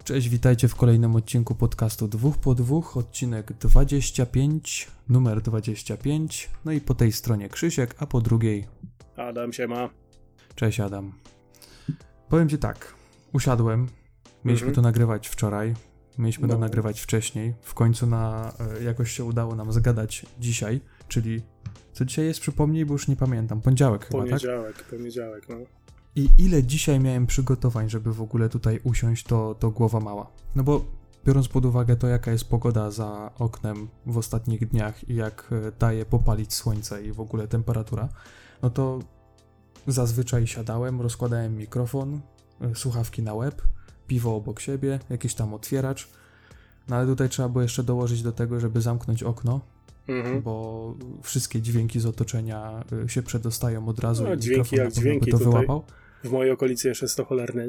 Cześć, witajcie w kolejnym odcinku podcastu 2po2, odcinek 25, numer 25, no i po tej stronie Krzysiek, a po drugiej Adam, siema. Cześć Adam. Powiem Ci tak, usiadłem, mieliśmy to nagrywać wczoraj, mieliśmy to nagrywać wcześniej, w końcu jakoś się udało nam zgadać dzisiaj, czyli co dzisiaj jest, przypomnij, bo już nie pamiętam, poniedziałek chyba, tak? Poniedziałek, no. I ile dzisiaj miałem przygotowań, żeby w ogóle tutaj usiąść, to głowa mała. No bo biorąc pod uwagę to, jaka jest pogoda za oknem w ostatnich dniach i jak daje popalić słońce i w ogóle temperatura, no to zazwyczaj siadałem, rozkładałem mikrofon, słuchawki na łeb, piwo obok siebie, jakiś tam otwieracz, no ale tutaj trzeba było jeszcze dołożyć do tego, żeby zamknąć okno, bo wszystkie dźwięki z otoczenia się przedostają od razu. No, dźwięki jak dźwięki to tutaj. wyłapał. W mojej okolicy jeszcze jest to cholerne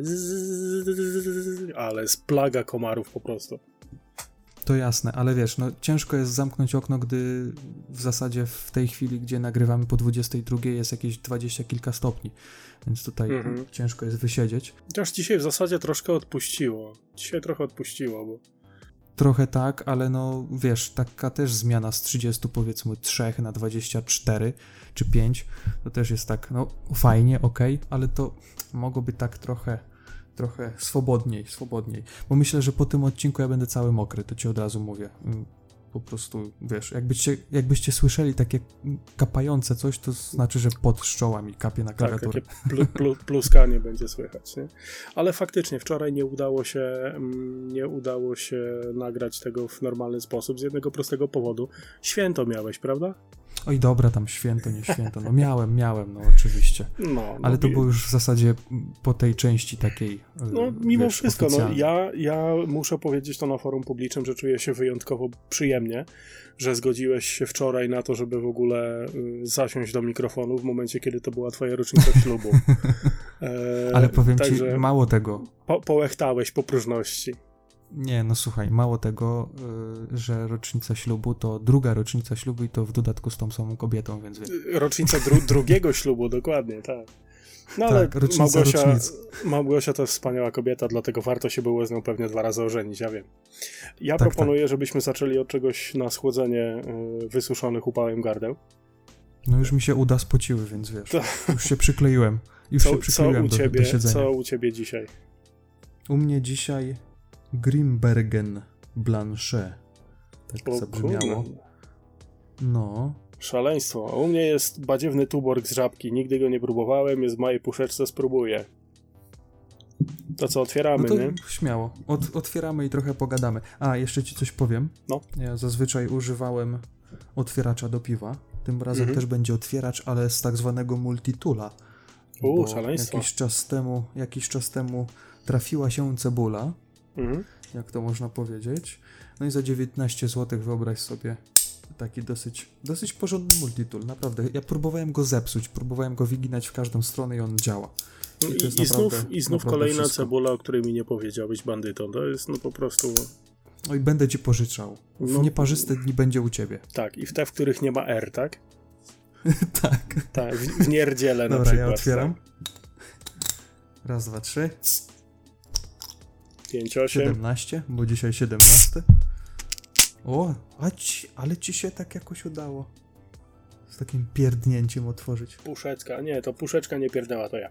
ale jest plaga komarów po prostu. To jasne, ale wiesz, no ciężko jest zamknąć okno, gdy w zasadzie w tej chwili, gdzie nagrywamy po 22 jest jakieś 20 kilka stopni, więc tutaj ciężko jest wysiedzieć. Chociaż dzisiaj w zasadzie troszkę odpuściło. Bo... Trochę tak, ale no wiesz, taka też zmiana z 30 powiedzmy 3 na 24 czy 5, to też jest tak, no fajnie, okej, ale to mogłoby tak trochę swobodniej, bo myślę, że po tym odcinku ja będę cały mokry, to ci od razu mówię. Po prostu, wiesz, jakbyście słyszeli takie kapające coś, to znaczy, że pod pszczołami kapie na klawiaturę. Tak, takie pluskanie będzie słychać, nie? Ale faktycznie wczoraj nie udało się nagrać tego w normalny sposób z jednego prostego powodu. Święto miałeś, prawda? Oj dobra, tam święto, nie święto. No miałem, no oczywiście. Ale to było już w zasadzie po tej części takiej. No mimo wiesz, wszystko, oficjalnej. ja muszę powiedzieć to na forum publicznym, że czuję się wyjątkowo przyjemnie, że zgodziłeś się wczoraj na to, żeby w ogóle zasiąść do mikrofonu w momencie, kiedy to była twoja rocznica ślubu. Ale powiem ci, także mało tego. Połechtałeś po próżności. Nie, no słuchaj, mało tego, że rocznica ślubu to druga rocznica ślubu i to w dodatku z tą samą kobietą, więc wiesz. Rocznica drugiego ślubu, dokładnie, tak. No tak, ale rocznica. Małgosia to jest wspaniała kobieta, dlatego warto się było z nią pewnie 2 razy ożenić, ja wiem. Ja Tak, proponuję, żebyśmy zaczęli od czegoś na schłodzenie wysuszonych upałem gardeł. No już mi się uda spociły, więc wiesz, już się przykleiłem. Do siedzenia. Co u ciebie dzisiaj? U mnie dzisiaj Grimbergen Blanchet. Tak zabrzmiało. No. Szaleństwo. U mnie jest badziewny tuborg z Żabki. Nigdy go nie próbowałem. Jest w mojej puszeczce, spróbuję. To co, otwieramy, no to nie? Śmiało. Otwieramy i trochę pogadamy. A, jeszcze ci coś powiem. No. Ja zazwyczaj używałem otwieracza do piwa. Tym razem też będzie otwieracz, ale z tak zwanego multitoola. Szaleństwo. Jakiś czas temu trafiła się cebula. Jak to można powiedzieć. No i za 19 zł wyobraź sobie taki dosyć porządny multitool, naprawdę. Ja próbowałem go zepsuć, próbowałem go wyginać w każdą stronę i on działa. I znów kolejna wszystko. Cebula, o której mi nie powiedziałeś, bandytą. To jest no po prostu... Oj, będę ci pożyczał. W nieparzyste dni będzie u ciebie. Tak, i w te, w których nie ma R, tak? Tak, w nierdziele na przykład. Dobra, ja otwieram. Tak? Raz, 2, 3. 5, 8. 17, bo dzisiaj 17. O, ale ci się tak jakoś udało. Z takim pierdnięciem otworzyć. Puszeczka, nie, to puszeczka nie pierdnęła, to ja.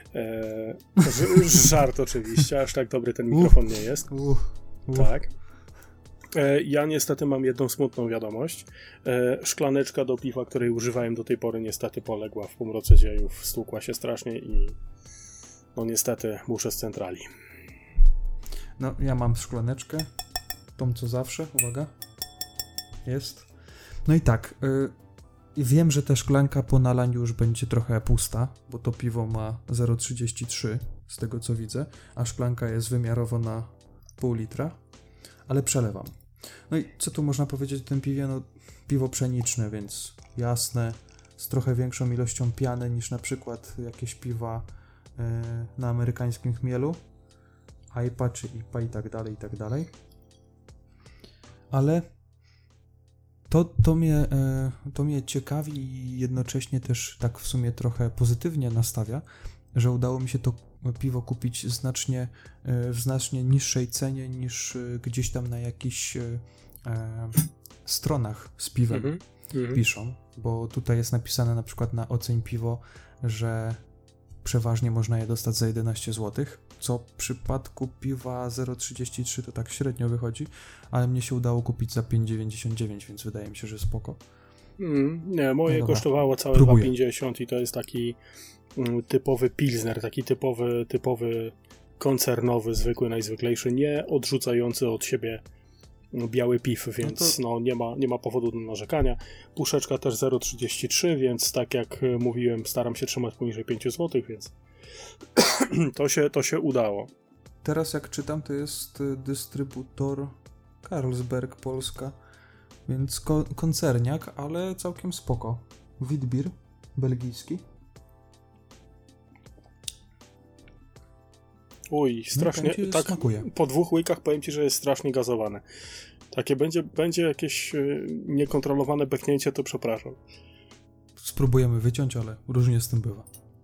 Żart oczywiście, aż tak dobry ten mikrofon nie jest. Tak. Ja niestety mam jedną smutną wiadomość. Szklaneczka do piwa, której używałem do tej pory, niestety poległa w półmroce dziejów, stłukła się strasznie i no niestety muszę z centrali. No, ja mam szklaneczkę, tą co zawsze, uwaga, jest. No i tak, wiem, że ta szklanka po nalaniu już będzie trochę pusta, bo to piwo ma 0,33 z tego co widzę, a szklanka jest wymiarowo na pół litra, ale przelewam. No i co tu można powiedzieć o tym piwie? No, piwo pszeniczne, więc jasne, z trochę większą ilością piany niż na przykład jakieś piwa na amerykańskim chmielu. IPA czy IPA i tak dalej. Ale to mnie ciekawi i jednocześnie też tak w sumie trochę pozytywnie nastawia, że udało mi się to piwo kupić w znacznie niższej cenie niż gdzieś tam na jakichś stronach z piwem piszą, bo tutaj jest napisane na przykład na Oceń Piwo, że przeważnie można je dostać za 11 zł, co w przypadku piwa 0,33 to tak średnio wychodzi, ale mnie się udało kupić za 5,99, więc wydaje mi się, że spoko. Nie, moje kosztowało całe 2,50 i to jest taki typowy pilsner, taki typowy koncernowy, zwykły, najzwyklejszy, nie odrzucający od siebie biały piw, więc nie ma powodu do narzekania. Puszeczka też 0,33, więc tak jak mówiłem, staram się trzymać poniżej 5 zł, więc to się udało. Teraz jak czytam, to jest dystrybutor Carlsberg Polska, więc koncerniak, ale całkiem spoko. Witbier belgijski. Oj, strasznie, tak smakuje. Po 2 łykach powiem ci, że jest strasznie gazowane. Takie będzie jakieś niekontrolowane beknięcie, to przepraszam. Spróbujemy wyciąć, ale różnie z tym bywa.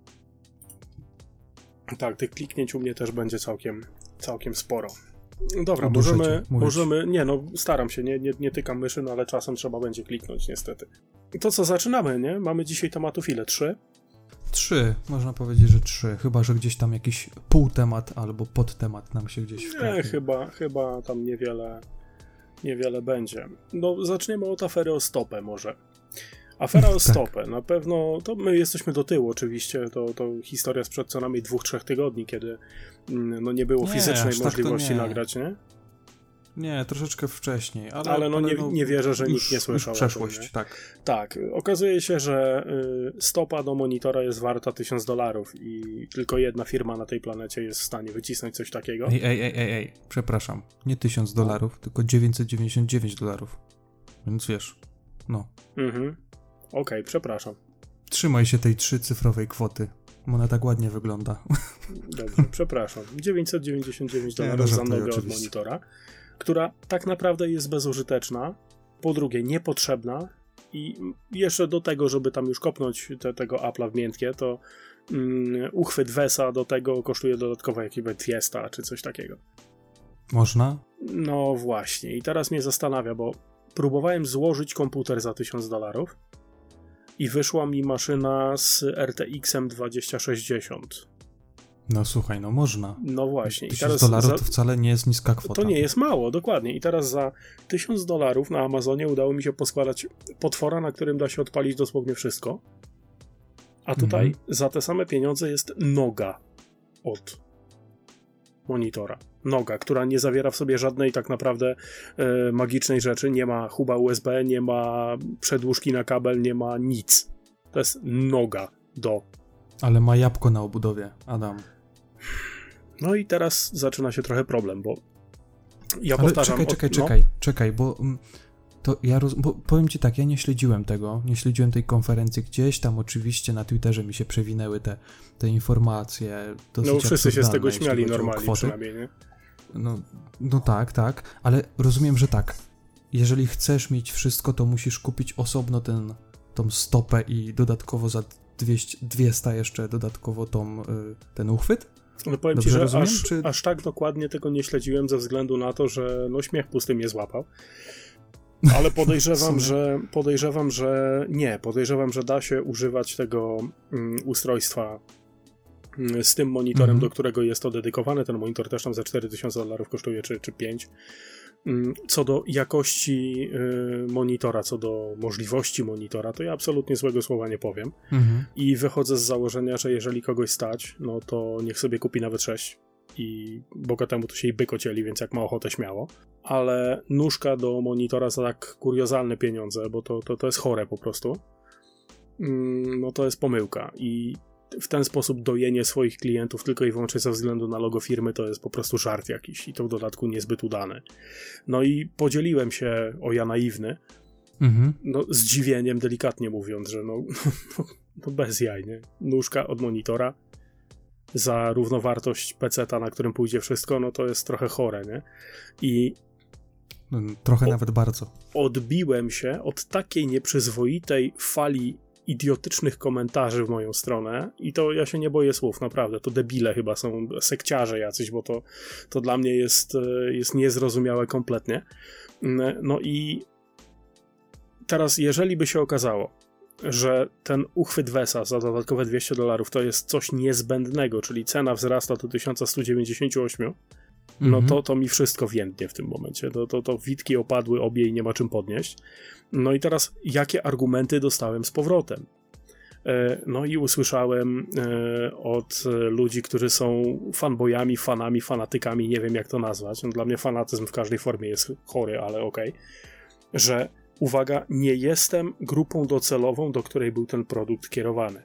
Tak, tych kliknięć u mnie też będzie całkiem sporo. Dobra, możemy... Nie, staram się, nie tykam myszy, no ale czasem trzeba będzie kliknąć, niestety. To co, zaczynamy, nie? Mamy dzisiaj tematów ile? 3? 3, można powiedzieć, że 3, chyba że gdzieś tam jakiś półtemat albo podtemat nam się gdzieś wkradnie. Chyba tam niewiele będzie. No, zaczniemy od afery o stopę może. Afera o stopę, na pewno, to my jesteśmy do tyłu oczywiście, to historia sprzed co najmniej 2-3 tygodni, kiedy nie było fizycznej możliwości nagrać, nie? Nie, troszeczkę wcześniej, ale nie wierzę, że nikt nie słyszał. Przeszłość, o tym, tak. Tak, okazuje się, że stopa do monitora jest warta $1000 i tylko jedna firma na tej planecie jest w stanie wycisnąć coś takiego. Ej, przepraszam, nie $1000, tylko $999, więc wiesz, no. Okej, przepraszam. Trzymaj się tej 3-cyfrowej kwoty. Ona tak ładnie wygląda. Dobrze, przepraszam. $999 za nogę od monitora, która tak naprawdę jest bezużyteczna, po drugie niepotrzebna i jeszcze do tego, żeby tam już kopnąć tego Apple'a w miętkie, to uchwyt Wesa do tego kosztuje dodatkowo jakieś 200 czy coś takiego. Można? No właśnie i teraz mnie zastanawia, bo próbowałem złożyć komputer za $1000 i wyszła mi maszyna z RTX-em 2060. No słuchaj, no można. No właśnie. $1000 to wcale nie jest niska kwota. To nie jest mało, dokładnie. I teraz za $1000 na Amazonie udało mi się poskładać potwora, na którym da się odpalić dosłownie wszystko. A tutaj za te same pieniądze jest noga od monitora. Noga, która nie zawiera w sobie żadnej tak naprawdę magicznej rzeczy. Nie ma huba USB, nie ma przedłużki na kabel, nie ma nic. To jest noga do... Ale ma jabłko na obudowie, Adam. No i teraz zaczyna się trochę problem, bo ja powtarzam... Czekaj, bo to bo powiem ci tak, ja nie śledziłem tej konferencji gdzieś tam oczywiście na Twitterze mi się przewinęły te informacje. No wszyscy się z tego śmiali normalnie przynajmniej, nie? No tak, ale rozumiem, że tak, jeżeli chcesz mieć wszystko, to musisz kupić osobno tą stopę i dodatkowo za 200 jeszcze dodatkowo ten uchwyt? No powiem ci, że rozumiem, aż tak dokładnie tego nie śledziłem ze względu na to, że śmiech pusty mnie złapał. Ale podejrzewam, że da się używać tego ustrojstwa z tym monitorem, do którego jest to dedykowane. Ten monitor też tam za $4000 kosztuje, czy 5. Co do jakości monitora, co do możliwości monitora, to ja absolutnie złego słowa nie powiem. I wychodzę z założenia, że jeżeli kogoś stać, no to niech sobie kupi nawet 6 i bogatemu to się i byk ocieli, więc jak ma ochotę, śmiało. Ale nóżka do monitora za tak kuriozalne pieniądze, bo to jest chore po prostu, no to jest pomyłka i w ten sposób dojenie swoich klientów tylko i wyłącznie ze względu na logo firmy to jest po prostu żart jakiś i to w dodatku niezbyt udany. No i podzieliłem się, o ja naiwny, zdziwieniem, delikatnie mówiąc, że no bez jaj, nie? Nóżka od monitora za równowartość peceta, na którym pójdzie wszystko, no to jest trochę chore, nie? I trochę nawet bardzo. Odbiłem się od takiej nieprzyzwoitej fali idiotycznych komentarzy w moją stronę i to ja się nie boję słów, naprawdę, to debile chyba są, sekciarze jacyś, bo to dla mnie jest niezrozumiałe kompletnie. No i teraz, jeżeli by się okazało, że ten uchwyt Wesa za dodatkowe $200 to jest coś niezbędnego, czyli cena wzrasta do 1198, no to mi wszystko więdnie w tym momencie. To witki opadły obie i nie ma czym podnieść. No i teraz, jakie argumenty dostałem z powrotem? No i usłyszałem od ludzi, którzy są fanboyami, fanami, fanatykami, nie wiem jak to nazwać. No, dla mnie fanatyzm w każdej formie jest chory, ale okej. Że, uwaga, nie jestem grupą docelową, do której był ten produkt kierowany.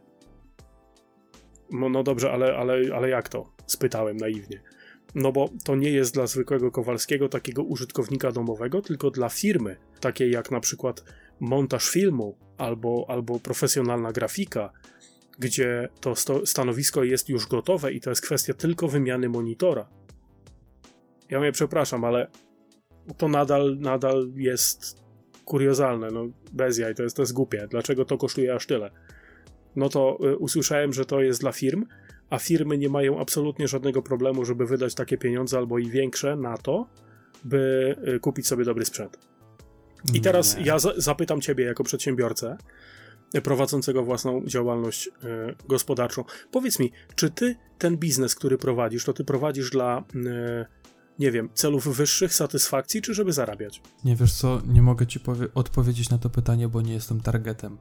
No dobrze, ale jak to? Spytałem naiwnie. No bo to nie jest dla zwykłego Kowalskiego, takiego użytkownika domowego, tylko dla firmy, takiej jak na przykład montaż filmu albo profesjonalna grafika, gdzie to stanowisko jest już gotowe i to jest kwestia tylko wymiany monitora. Ja mnie przepraszam, ale to nadal jest kuriozalne, no bez jaj, to jest głupie. Dlaczego to kosztuje aż tyle? No to usłyszałem, że to jest dla firm, a firmy nie mają absolutnie żadnego problemu, żeby wydać takie pieniądze albo i większe na to, by kupić sobie dobry sprzęt. I teraz ja zapytam ciebie jako przedsiębiorcę prowadzącego własną działalność gospodarczą. Powiedz mi, czy ty ten biznes, który prowadzisz, to ty prowadzisz dla, nie wiem, celów wyższych, satysfakcji, czy żeby zarabiać? Nie, wiesz co, nie mogę ci odpowiedzieć na to pytanie, bo nie jestem targetem.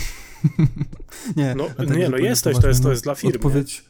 Jesteś, to jest dla firmy.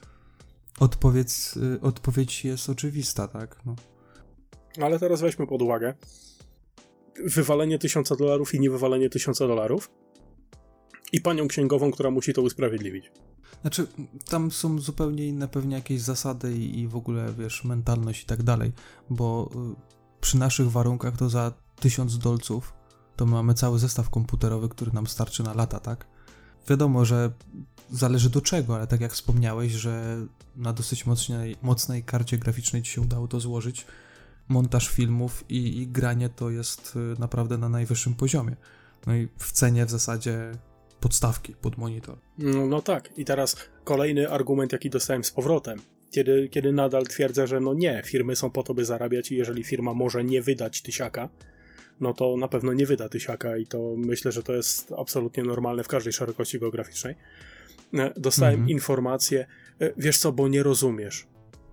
Odpowiedź jest oczywista, tak? No. Ale teraz weźmy pod uwagę wywalenie $1000 i niewywalenie $1000 i panią księgową, która musi to usprawiedliwić. Znaczy, tam są zupełnie inne pewnie jakieś zasady i w ogóle, wiesz, mentalność i tak dalej, bo przy naszych warunkach to za $1000 to mamy cały zestaw komputerowy, który nam starczy na lata, tak? Wiadomo, że zależy do czego, ale tak jak wspomniałeś, że na dosyć mocnej karcie graficznej ci się udało to złożyć, montaż filmów i granie to jest naprawdę na najwyższym poziomie. No i w cenie w zasadzie podstawki pod monitor. No tak. I teraz kolejny argument, jaki dostałem z powrotem. Kiedy nadal twierdzę, że no nie, firmy są po to, by zarabiać i jeżeli firma może nie wydać tysiaka, no to na pewno nie wyda tysiaka i to myślę, że to jest absolutnie normalne w każdej szerokości geograficznej. Dostałem informację, wiesz co, bo nie rozumiesz.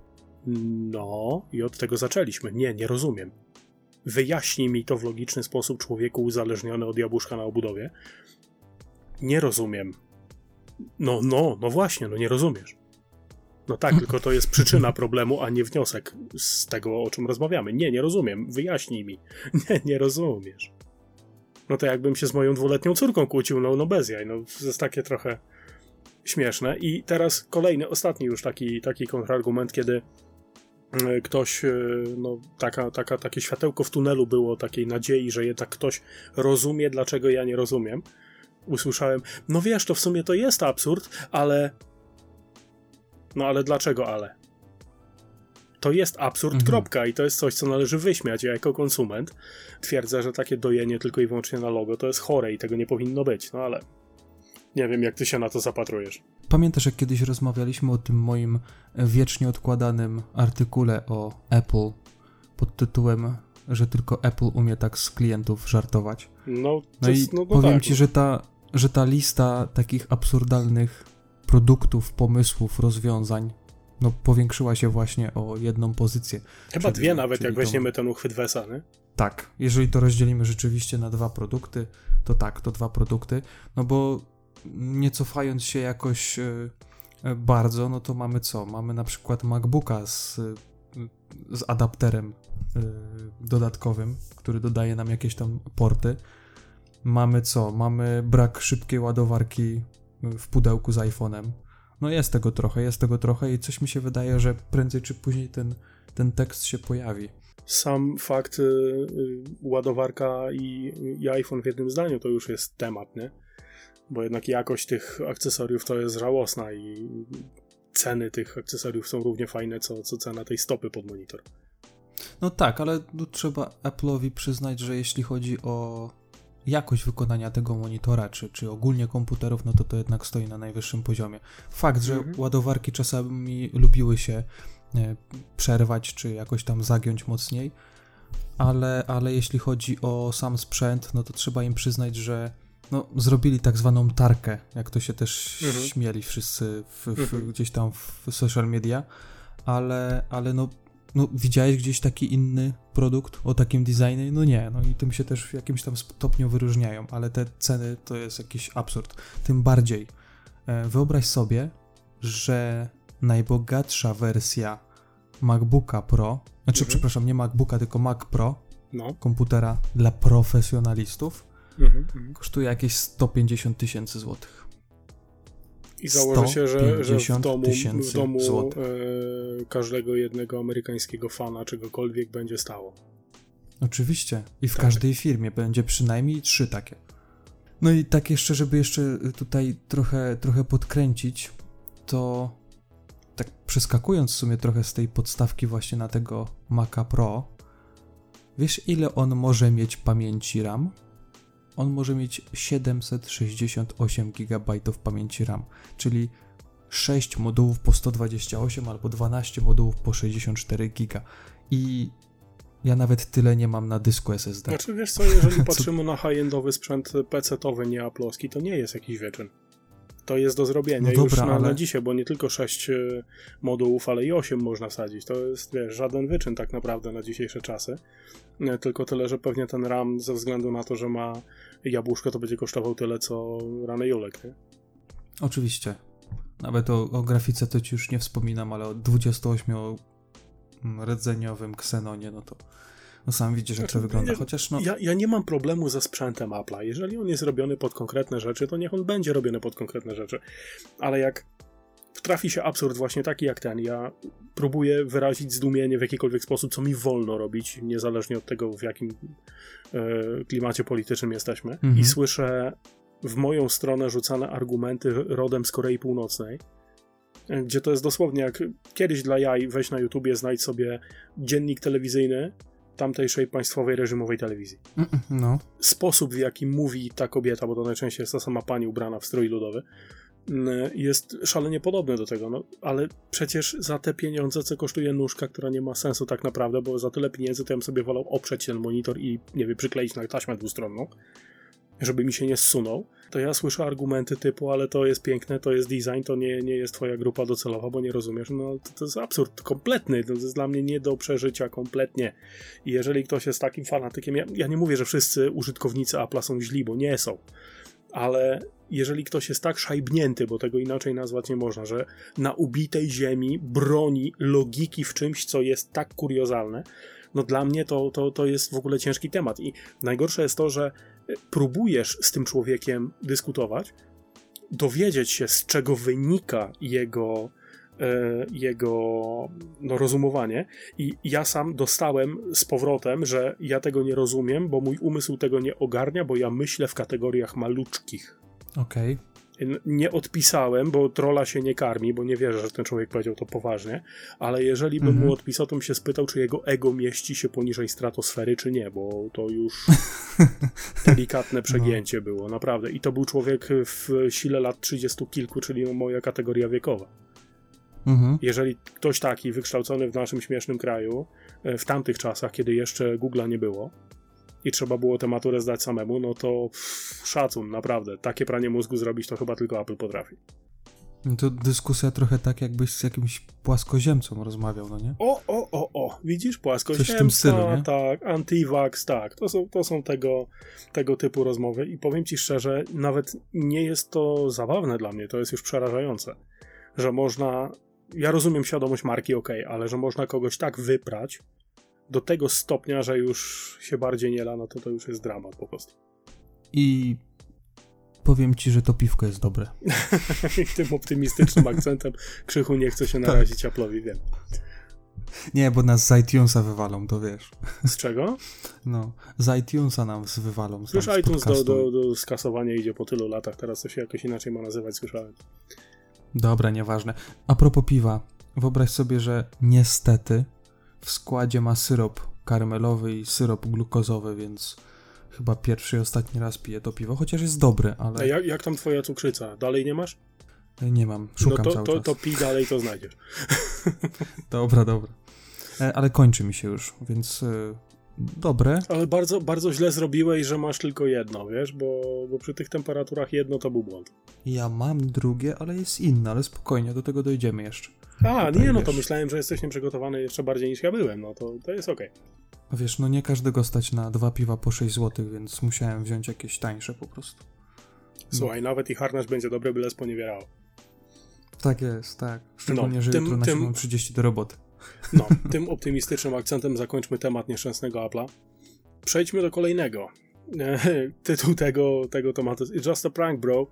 No, i od tego zaczęliśmy. Nie rozumiem. Wyjaśnij mi to w logiczny sposób, człowieku uzależniony od jabłuszka na obudowie. Nie rozumiem. No właśnie, nie rozumiesz. No tak, tylko to jest przyczyna problemu, a nie wniosek z tego, o czym rozmawiamy. Nie rozumiem. Wyjaśnij mi. Nie rozumiesz. No to jakbym się z moją 2-letnią córką kłócił, no bez jaj. No to jest takie trochę śmieszne. I teraz kolejny, ostatni już taki kontrargument, kiedy ktoś, takie światełko w tunelu było, takiej nadziei, że jednak ktoś rozumie, dlaczego ja nie rozumiem. Usłyszałem, no wiesz, to w sumie to jest absurd, ale... No ale dlaczego ale? To jest absurd, kropka, i to jest coś, co należy wyśmiać. Ja jako konsument twierdzę, że takie dojenie tylko i wyłącznie na logo to jest chore i tego nie powinno być, no ale nie wiem, jak ty się na to zapatrujesz. Pamiętasz, jak kiedyś rozmawialiśmy o tym moim wiecznie odkładanym artykule o Apple pod tytułem, że tylko Apple umie tak z klientów żartować. Powiem ci, że ta lista takich absurdalnych produktów, pomysłów, rozwiązań powiększyła się właśnie o jedną pozycję. Chyba dwie nawet, jak weźmiemy ten uchwyt Wesa, nie? Tak, jeżeli to rozdzielimy rzeczywiście na 2 produkty, to tak, to 2 produkty, no bo nie cofając się jakoś bardzo, no to mamy co? Mamy na przykład MacBooka z adapterem dodatkowym, który dodaje nam jakieś tam porty. Mamy co? Mamy brak szybkiej ładowarki w pudełku z iPhone'em. No jest tego trochę i coś mi się wydaje, że prędzej czy później ten tekst się pojawi. Sam fakt ładowarka i iPhone w jednym zdaniu to już jest temat, nie? Bo jednak jakość tych akcesoriów to jest żałosna i ceny tych akcesoriów są równie fajne, co cena tej stopy pod monitor. No tak, ale trzeba Apple'owi przyznać, że jeśli chodzi o jakość wykonania tego monitora, czy ogólnie komputerów, no to jednak stoi na najwyższym poziomie. Fakt, że ładowarki czasami lubiły się przerwać, czy jakoś tam zagiąć mocniej, ale jeśli chodzi o sam sprzęt, no to trzeba im przyznać, że no, zrobili tak zwaną tarkę, jak to się też śmieli wszyscy gdzieś tam w social media, ale no widziałeś gdzieś taki inny produkt o takim designie? No nie, no i tym się też w jakimś tam stopniu wyróżniają, ale te ceny to jest jakiś absurd. Tym bardziej wyobraź sobie, że najbogatsza wersja MacBooka Pro, przepraszam, nie MacBooka, tylko Mac Pro, komputera dla profesjonalistów, kosztuje jakieś 150 000 złotych. I założę się, że w domu każdego jednego amerykańskiego fana czegokolwiek będzie stało. Oczywiście. I w każdej firmie będzie przynajmniej 3 takie. No i tak jeszcze, żeby jeszcze tutaj trochę podkręcić, to tak przeskakując w sumie trochę z tej podstawki właśnie na tego Maca Pro, wiesz ile on może mieć pamięci RAM? On może mieć 768 GB pamięci RAM, czyli 6 modułów po 128 albo 12 modułów po 64 GB. I ja nawet tyle nie mam na dysku SSD. Znaczy wiesz co, jeżeli patrzymy na high-endowy sprzęt PC-towy, nie Apple'owski, to nie jest jakiś wyczyn. To jest do zrobienia już na dzisiaj, bo nie tylko 6 modułów, ale i 8 można wsadzić. To jest, wiesz, żaden wyczyn tak naprawdę na dzisiejsze czasy. Tylko tyle, że pewnie ten RAM ze względu na to, że ma jabłuszko, to będzie kosztował tyle, co rany Julek, nie? Oczywiście. Nawet o grafice to ci już nie wspominam, ale o 28-rdzeniowym Xenonie, no to sam widzisz, jak to wygląda. Chociaż ja nie mam problemu ze sprzętem Apple'a. Jeżeli on jest robiony pod konkretne rzeczy, to niech on będzie robiony pod konkretne rzeczy. Ale jak trafi się absurd właśnie taki jak ten, ja próbuję wyrazić zdumienie w jakikolwiek sposób, co mi wolno robić, niezależnie od tego, w jakim klimacie politycznym jesteśmy. I słyszę w moją stronę rzucane argumenty rodem z Korei Północnej, gdzie to jest dosłownie jak kiedyś dla jaj, weź na YouTubie, znajdź sobie dziennik telewizyjny tamtejszej państwowej reżimowej telewizji. No. Sposób, w jaki mówi ta kobieta, bo to najczęściej jest ta sama pani ubrana w strój ludowy, jest szalenie podobny do tego, no, ale przecież za te pieniądze, co kosztuje nóżka, która nie ma sensu tak naprawdę, bo za tyle pieniędzy to ja bym sobie wolał oprzeć ten monitor i, nie wiem, przykleić na taśmę dwustronną, żeby mi się nie zsunął, to ja słyszę argumenty typu, ale to jest piękne, to jest design, to nie jest twoja grupa docelowa, bo nie rozumiesz. No to jest absurd kompletny, to jest dla mnie nie do przeżycia kompletnie. I jeżeli ktoś jest takim fanatykiem, ja nie mówię, że wszyscy użytkownicy Apple'a są źli, bo nie są, ale jeżeli ktoś jest tak szajbnięty, bo tego inaczej nazwać nie można, że na ubitej ziemi broni logiki w czymś, co jest tak kuriozalne, no dla mnie to jest w ogóle ciężki temat. I najgorsze jest to, że próbujesz z tym człowiekiem dyskutować, dowiedzieć się, z czego wynika jego rozumowanie, i ja sam dostałem z powrotem, że ja tego nie rozumiem, bo mój umysł tego nie ogarnia, bo ja myślę w kategoriach maluczkich. Okej. Nie odpisałem, bo trolla się nie karmi, bo nie wierzę, że ten człowiek powiedział to poważnie, ale jeżeli bym mu odpisał, to bym się spytał, czy jego ego mieści się poniżej stratosfery, czy nie, bo to już delikatne przegięcie było, naprawdę. I to był człowiek w sile lat 30 kilku, czyli moja kategoria wiekowa. Jeżeli ktoś taki wykształcony w naszym śmiesznym kraju, w tamtych czasach, kiedy jeszcze Google'a nie było i trzeba było tę maturę zdać samemu, no to szacun, naprawdę. Takie pranie mózgu zrobić to chyba tylko Apple potrafi. To dyskusja trochę tak, jakbyś z jakimś płaskoziemcą rozmawiał, no nie? Widzisz, płaskoziemca, tak, anti-vax, tak, to są tego typu rozmowy i powiem ci szczerze, nawet nie jest to zabawne dla mnie, to jest już przerażające, że można, ja rozumiem świadomość marki, ale że można kogoś tak wyprać do tego stopnia, że już się bardziej nie la, no to już jest dramat po prostu. I powiem ci, że to piwko jest dobre. I tym optymistycznym akcentem Krzychu nie chce się narazić Apple'owi, wiem. Nie, bo nas z iTunesa wywalą, to wiesz. Z czego? No, z iTunesa nam wywalą. Już iTunes do skasowania idzie po tylu latach, teraz to się jakoś inaczej ma nazywać, słyszałem. Dobra, nieważne. A propos piwa, wyobraź sobie, że niestety w składzie ma syrop karmelowy i syrop glukozowy, więc chyba pierwszy i ostatni raz piję to piwo, chociaż jest dobre, ale... A jak tam twoja cukrzyca? Dalej nie masz? Nie mam, szukam cały czas. To pij dalej, to znajdziesz. Dobra. Ale kończy mi się już, więc dobre. Ale bardzo, bardzo źle zrobiłeś, że masz tylko jedno, wiesz, bo przy tych temperaturach jedno to był błąd. Ja mam drugie, ale jest inne, ale spokojnie, do tego dojdziemy jeszcze. To myślałem, że jesteś nieprzygotowany jeszcze bardziej niż ja byłem, no to jest okej. Wiesz, no nie każdego stać na 2 piwa po 6 zł, więc musiałem wziąć jakieś tańsze po prostu. Słuchaj, nawet i harnaś będzie dobry, byle sponiewierało. Tak jest, tak. Szczególnie, że jutro na siłę mam 30 do roboty. No, tym optymistycznym akcentem zakończmy temat nieszczęsnego Apple'a. Przejdźmy do kolejnego. Tytuł tego tematu jest Just a Prank, Bro.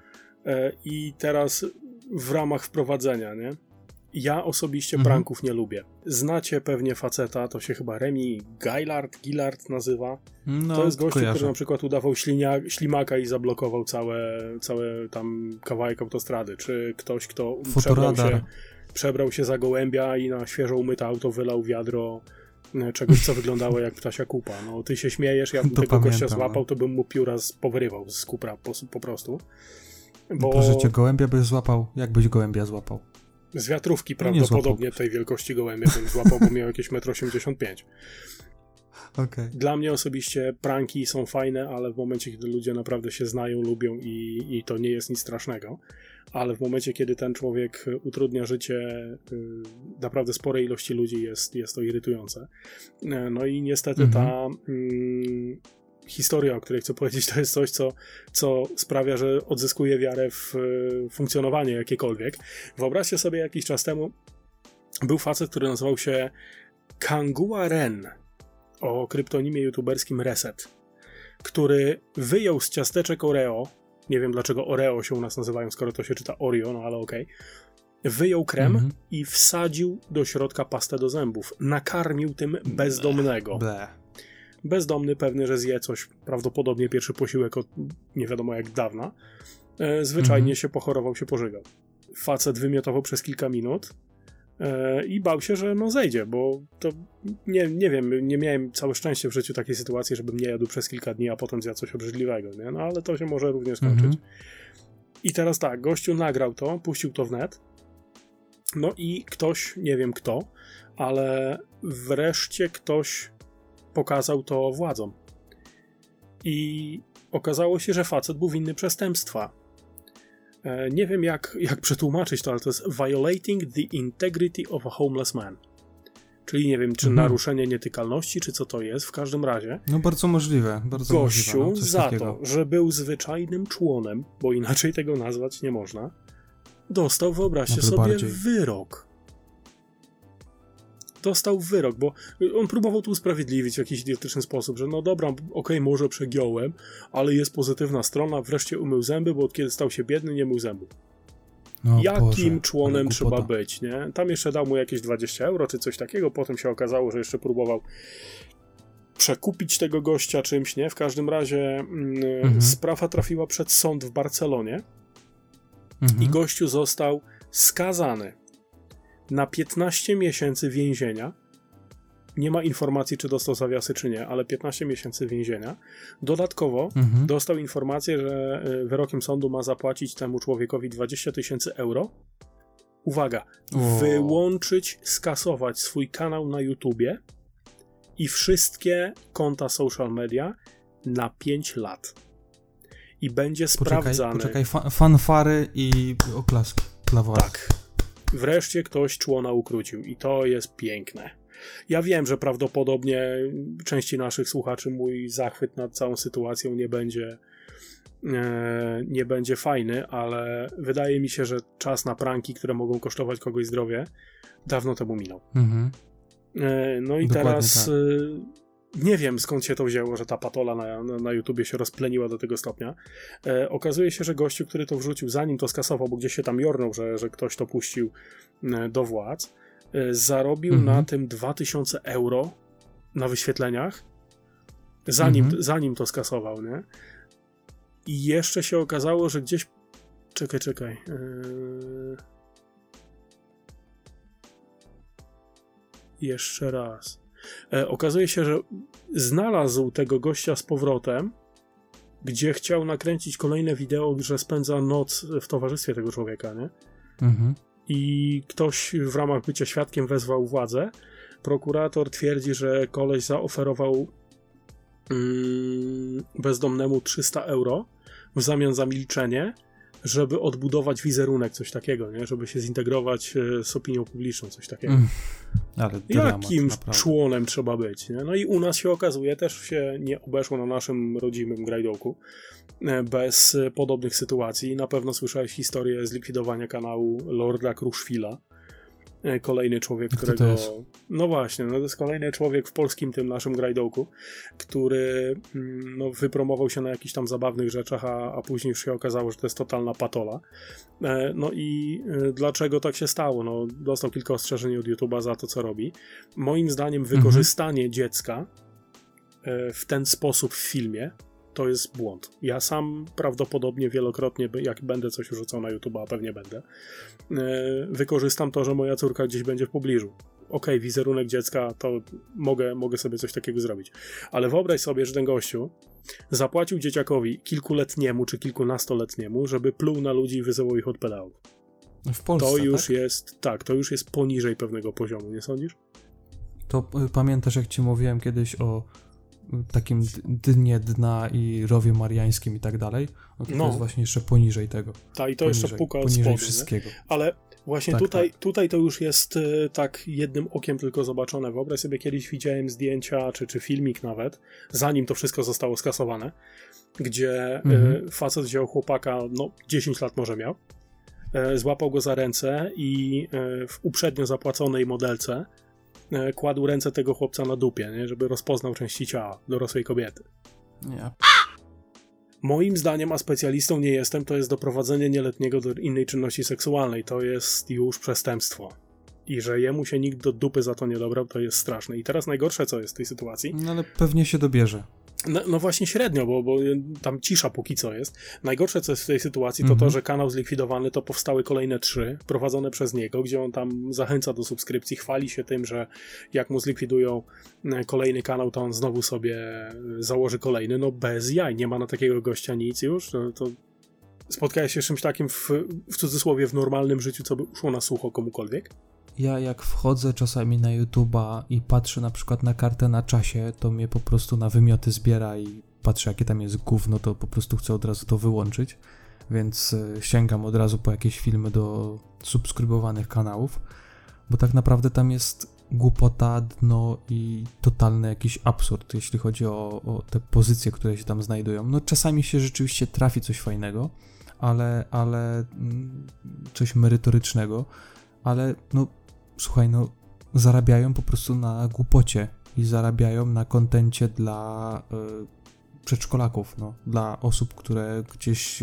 I teraz w ramach wprowadzenia, nie? Ja osobiście pranków nie lubię. Znacie pewnie faceta, to się chyba Remi Gillard nazywa. No, to jest gościu, kojarzę. który na przykład udawał ślimaka i zablokował całe tam kawałek autostrady. Czy ktoś, kto przebrał się za gołębia i na świeżo umyte auto wylał wiadro czegoś, co wyglądało jak ptasia kupa. No, ty się śmiejesz, ja bym tego gościa złapał, to bym mu pióra powyrywał z kupra po prostu. Bo... Proszę cię, gołębia byś złapał? Jak byś gołębia złapał? Z wiatrówki prawdopodobnie tej wielkości gołębia bym złapał, bo miał jakieś 1,85 m. Okay. Dla mnie osobiście pranki są fajne, ale w momencie, kiedy ludzie naprawdę się znają, lubią i to nie jest nic strasznego. Ale w momencie, kiedy ten człowiek utrudnia życie naprawdę sporej ilości ludzi, jest to irytujące. No i niestety ta historia, o której chcę powiedzieć, to jest coś, co sprawia, że odzyskuję wiarę w funkcjonowanie jakiekolwiek. Wyobraźcie sobie, jakiś czas temu był facet, który nazywał się Kangua Ren, o kryptonimie youtuberskim Reset, który wyjął z ciasteczek Oreo, nie wiem dlaczego Oreo się u nas nazywają, skoro to się czyta Oreo, no ale okej, wyjął krem i wsadził do środka pastę do zębów. Nakarmił tym bezdomnego. Bezdomny, pewny, że zje coś, prawdopodobnie pierwszy posiłek od nie wiadomo jak dawna, zwyczajnie się pochorował, się pożygał. Facet wymiotował przez kilka minut i bał się, że zejdzie, bo to nie wiem, nie miałem całe szczęście w życiu takiej sytuacji, żebym nie jadł przez kilka dni, a potem zjadł coś obrzydliwego, nie? No ale to się może również skończyć. I teraz tak, gościu nagrał to, puścił to w net, no i ktoś, nie wiem kto, ale wreszcie ktoś pokazał to władzom. I okazało się, że facet był winny przestępstwa. Nie wiem jak przetłumaczyć to, ale to jest violating the integrity of a homeless man. Czyli nie wiem, czy naruszenie nietykalności, czy co to jest. W każdym razie no bardzo możliwe. Gościu za to, że był zwyczajnym członem, bo inaczej tego nazwać nie można, dostał, wyobraźcie sobie, wyrok. Dostał wyrok, bo on próbował to usprawiedliwić w jakiś idiotyczny sposób, że no dobra, okej, może przegiąłem, ale jest pozytywna strona, wreszcie umył zęby, bo od kiedy stał się biedny, nie mył zębów. No, jakim członem trzeba być, nie? Tam jeszcze dał mu jakieś 20 euro czy coś takiego, potem się okazało, że jeszcze próbował przekupić tego gościa czymś, nie? W każdym razie sprawa trafiła przed sąd w Barcelonie i gościu został skazany na 15 miesięcy więzienia. Nie ma informacji, czy dostał zawiasy, czy nie, ale 15 miesięcy więzienia. Dodatkowo dostał informację, że wyrokiem sądu ma zapłacić temu człowiekowi 20 000 euro. Uwaga, wyłączyć, skasować swój kanał na YouTubie i wszystkie konta social media na 5 lat. I będzie sprawdzany... Poczekaj, fanfary i oklaski dla władzy. Tak. Wreszcie ktoś człona ukrócił i to jest piękne. Ja wiem, że prawdopodobnie części naszych słuchaczy mój zachwyt nad całą sytuacją nie będzie fajny, ale wydaje mi się, że czas na pranki, które mogą kosztować kogoś zdrowie, dawno temu minął. No i dokładnie teraz tak. Nie wiem, skąd się to wzięło, że ta patola na YouTubie się rozpleniła do tego stopnia. Okazuje się, że gościu, który to wrzucił, zanim to skasował, bo gdzieś się tam jornął, że ktoś to puścił do władz, zarobił na tym 2000 euro na wyświetleniach, zanim to skasował, nie? I jeszcze się okazało, że gdzieś... Czekaj. Jeszcze raz. Okazuje się, że znalazł tego gościa z powrotem, gdzie chciał nakręcić kolejne wideo, że spędza noc w towarzystwie tego człowieka, nie? I ktoś w ramach bycia świadkiem wezwał władzę. Prokurator twierdzi, że koleś zaoferował bezdomnemu 300 euro w zamian za milczenie, żeby odbudować wizerunek, coś takiego, nie? Żeby się zintegrować z opinią publiczną, coś takiego. Ale dramat, jakim naprawdę. członem trzeba być, nie? No i u nas się okazuje, też się nie obeszło na naszym rodzimym grajdołku bez podobnych sytuacji. Na pewno słyszałeś historię zlikwidowania kanału Lorda Kruszwila. Kolejny człowiek, którego... To jest? No właśnie, no to jest kolejny człowiek w polskim tym naszym grajdołku, który no, wypromował się na jakichś tam zabawnych rzeczach, a później już się okazało, że to jest totalna patola. No i dlaczego tak się stało? No, dostał kilka ostrzeżeń od YouTube'a za to, co robi. Moim zdaniem wykorzystanie dziecka w ten sposób w filmie to jest błąd. Ja sam prawdopodobnie wielokrotnie, jak będę coś rzucał na YouTube'a, a pewnie będę, wykorzystam to, że moja córka gdzieś będzie w pobliżu. Okej, wizerunek dziecka, to mogę sobie coś takiego zrobić. Ale wyobraź sobie, że ten gościu zapłacił dzieciakowi kilkuletniemu czy kilkunastoletniemu, żeby pluł na ludzi i wyzywał ich od pedałów. W Polsce, to już tak? jest, tak, to już jest poniżej pewnego poziomu, nie sądzisz? To pamiętasz, jak ci mówiłem kiedyś o takim dnie dna i rowie mariańskim i tak dalej? No to jest właśnie jeszcze poniżej tego. Tak, i to poniżej, jeszcze puka od poniżej spodu. wszystkiego. Nie? Ale właśnie tak, tutaj to już jest tak jednym okiem tylko zobaczone. Wyobraź sobie, kiedyś widziałem zdjęcia, czy filmik nawet, zanim to wszystko zostało skasowane, gdzie facet wziął chłopaka, no 10 lat może miał, złapał go za ręce i w uprzednio zapłaconej modelce kładł ręce tego chłopca na dupie, nie? Żeby rozpoznał części ciała dorosłej kobiety. Nie. Moim zdaniem, a specjalistą nie jestem, to jest doprowadzenie nieletniego do innej czynności seksualnej. To jest już przestępstwo. I że jemu się nikt do dupy za to nie dobrał, to jest straszne. I teraz najgorsze, co jest w tej sytuacji... No ale pewnie się dobierze. No właśnie średnio, bo tam cisza póki co jest. Najgorsze, co jest w tej sytuacji, to to, że kanał zlikwidowany, to powstały kolejne 3, prowadzone przez niego, gdzie on tam zachęca do subskrypcji, chwali się tym, że jak mu zlikwidują kolejny kanał, to on znowu sobie założy kolejny. No bez jaj, nie ma na takiego gościa nic już. To spotkałeś się z czymś takim w cudzysłowie w normalnym życiu, co by uszło na sucho komukolwiek? Ja jak wchodzę czasami na YouTube'a i patrzę na przykład na kartę na czasie, to mnie po prostu na wymioty zbiera i patrzę, jakie tam jest gówno, to po prostu chcę od razu to wyłączyć, więc sięgam od razu po jakieś filmy do subskrybowanych kanałów, bo tak naprawdę tam jest głupota, dno i totalny jakiś absurd, jeśli chodzi o te pozycje, które się tam znajdują. No czasami się rzeczywiście trafi coś fajnego, ale coś merytorycznego, ale no słuchaj, no zarabiają po prostu na głupocie i zarabiają na kontencie dla przedszkolaków, no, dla osób, które gdzieś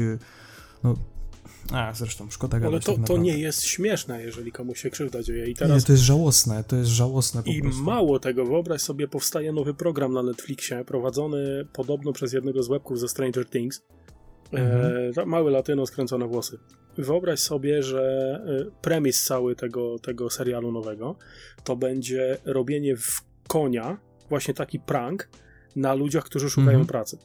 zresztą szkoda gadać. Ale to nie jest śmieszne, jeżeli komuś się krzywda dzieje. I teraz... Nie, to jest żałosne po prostu. I mało tego, wyobraź sobie, powstaje nowy program na Netflixie, prowadzony podobno przez jednego z łebków ze Stranger Things. Mały latyno, skręcone włosy. Wyobraź sobie, że premis cały tego serialu nowego to będzie robienie w konia, właśnie taki prank na ludziach, którzy szukają pracy.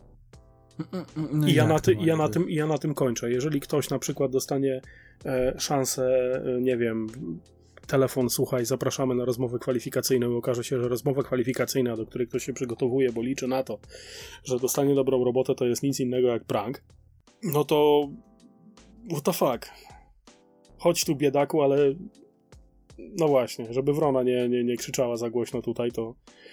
No I ja na tym kończę. Jeżeli ktoś na przykład dostanie szansę, nie wiem, telefon, słuchaj, zapraszamy na rozmowę kwalifikacyjną i okaże się, że rozmowa kwalifikacyjna, do której ktoś się przygotowuje, bo liczy na to, że dostanie dobrą robotę, to jest nic innego jak prank, no to what the fuck. Chodź tu, biedaku, ale no właśnie, żeby wrona nie krzyczała za głośno tutaj, to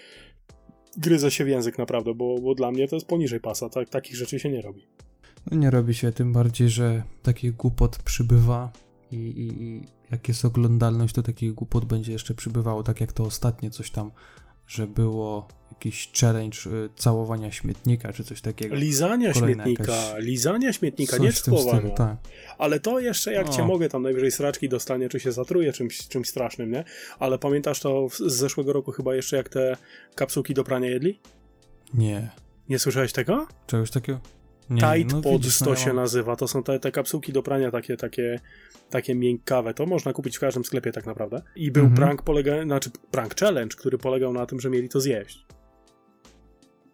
gryzę się w język naprawdę, bo dla mnie to jest poniżej pasa. Takich rzeczy się nie robi. No nie robi się, tym bardziej, że takich głupot przybywa i jak jest oglądalność, to takich głupot będzie jeszcze przybywało, tak jak to ostatnie coś tam, że było jakiś challenge całowania śmietnika, czy coś takiego. Lizania śmietnika, nie człowania. Tak. Ale to jeszcze, jak cię mogę, tam najwyżej sraczki dostanie, czy się zatruje czymś strasznym, nie? Ale pamiętasz to z zeszłego roku chyba jeszcze, jak te kapsułki do prania jedli? Nie. Nie słyszałeś tego? Czegoś takiego? Nie, Tide Pods to się nazywa. To są te kapsułki do prania takie miękkawe. To można kupić w każdym sklepie tak naprawdę. I był prank challenge, który polegał na tym, że mieli to zjeść.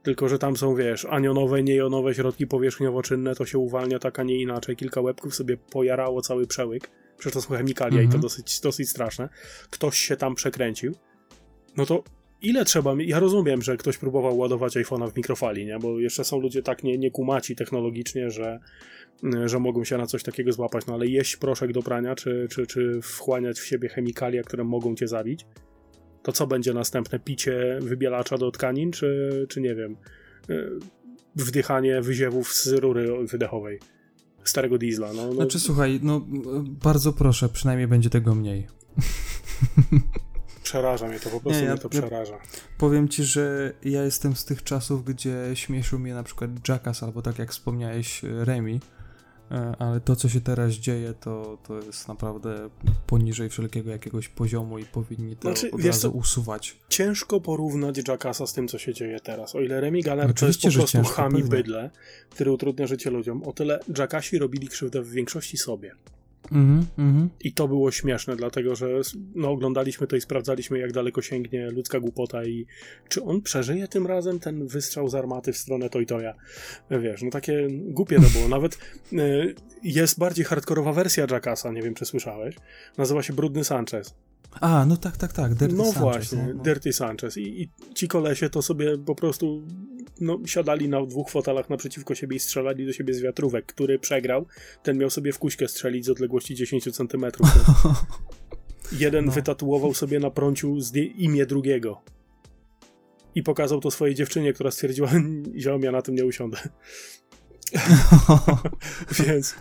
Tylko że tam są, wiesz, anionowe, niejonowe środki powierzchniowo-czynne, to się uwalnia tak, a nie inaczej. Kilka łebków sobie pojarało cały przełyk. Przecież to są chemikalia i to dosyć straszne. Ktoś się tam przekręcił. No to ile trzeba... Ja rozumiem, że ktoś próbował ładować iPhone'a w mikrofali, nie? Bo jeszcze są ludzie tak nie kumaci technologicznie, że mogą się na coś takiego złapać. No ale jeść proszek do prania, czy wchłaniać w siebie chemikalia, które mogą cię zabić, to co będzie następne? Picie wybielacza do tkanin, czy nie wiem, wdychanie wyziewów z rury wydechowej, starego diesla? No. Znaczy słuchaj, no bardzo proszę, przynajmniej będzie tego mniej. Przeraża mnie to, po prostu mnie to przeraża. Powiem ci, że ja jestem z tych czasów, gdzie śmieszył mnie na przykład Jackass, albo tak jak wspomniałeś Remi, ale to, co się teraz dzieje, to jest naprawdę poniżej wszelkiego jakiegoś poziomu i powinni to od razu usuwać. Ciężko porównać Jackassa z tym, co się dzieje teraz. O ile Remi Gallagher to jest po prostu cham i bydlę, który utrudnia życie ludziom, o tyle Jackassi robili krzywdę w większości sobie. I to było śmieszne, dlatego że oglądaliśmy to i sprawdzaliśmy, jak daleko sięgnie ludzka głupota i czy on przeżyje tym razem ten wystrzał z armaty w stronę Toy-Toya. Wiesz, no takie głupie to było. Nawet jest bardziej hardkorowa wersja Jackassa, nie wiem, czy słyszałeś. Nazywa się Brudny Sanchez. A, no tak, Dirty Sanchez. Właśnie, Dirty Sanchez. I ci kolesie to sobie po prostu siadali na 2 fotelach naprzeciwko siebie i strzelali do siebie z wiatrówek. Który przegrał, ten miał sobie w kuśkę strzelić z odległości 10 centymetrów. Jeden wytatuował sobie na prąciu imię drugiego. I pokazał to swojej dziewczynie, która stwierdziła, ziom, ja na tym nie usiądę. Więc...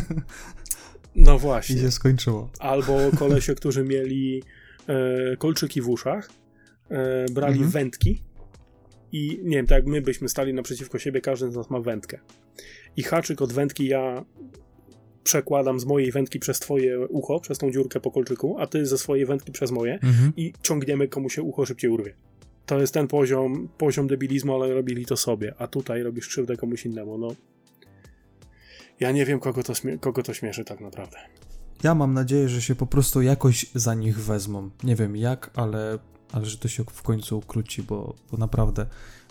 No właśnie. I się skończyło. Albo kolesie, którzy mieli kolczyki w uszach, brali wędki i nie wiem, tak jak my byśmy stali naprzeciwko siebie, każdy z nas ma wędkę. I haczyk od wędki ja przekładam z mojej wędki przez twoje ucho, przez tą dziurkę po kolczyku, a ty ze swojej wędki przez moje i ciągniemy, komu się ucho szybciej urwie. To jest ten poziom debilizmu, ale robili to sobie, a tutaj robisz krzywdę komuś innemu. No. Ja nie wiem, kogo to śmieszy tak naprawdę. Ja mam nadzieję, że się po prostu jakoś za nich wezmą. Nie wiem jak, ale że to się w końcu ukróci, bo naprawdę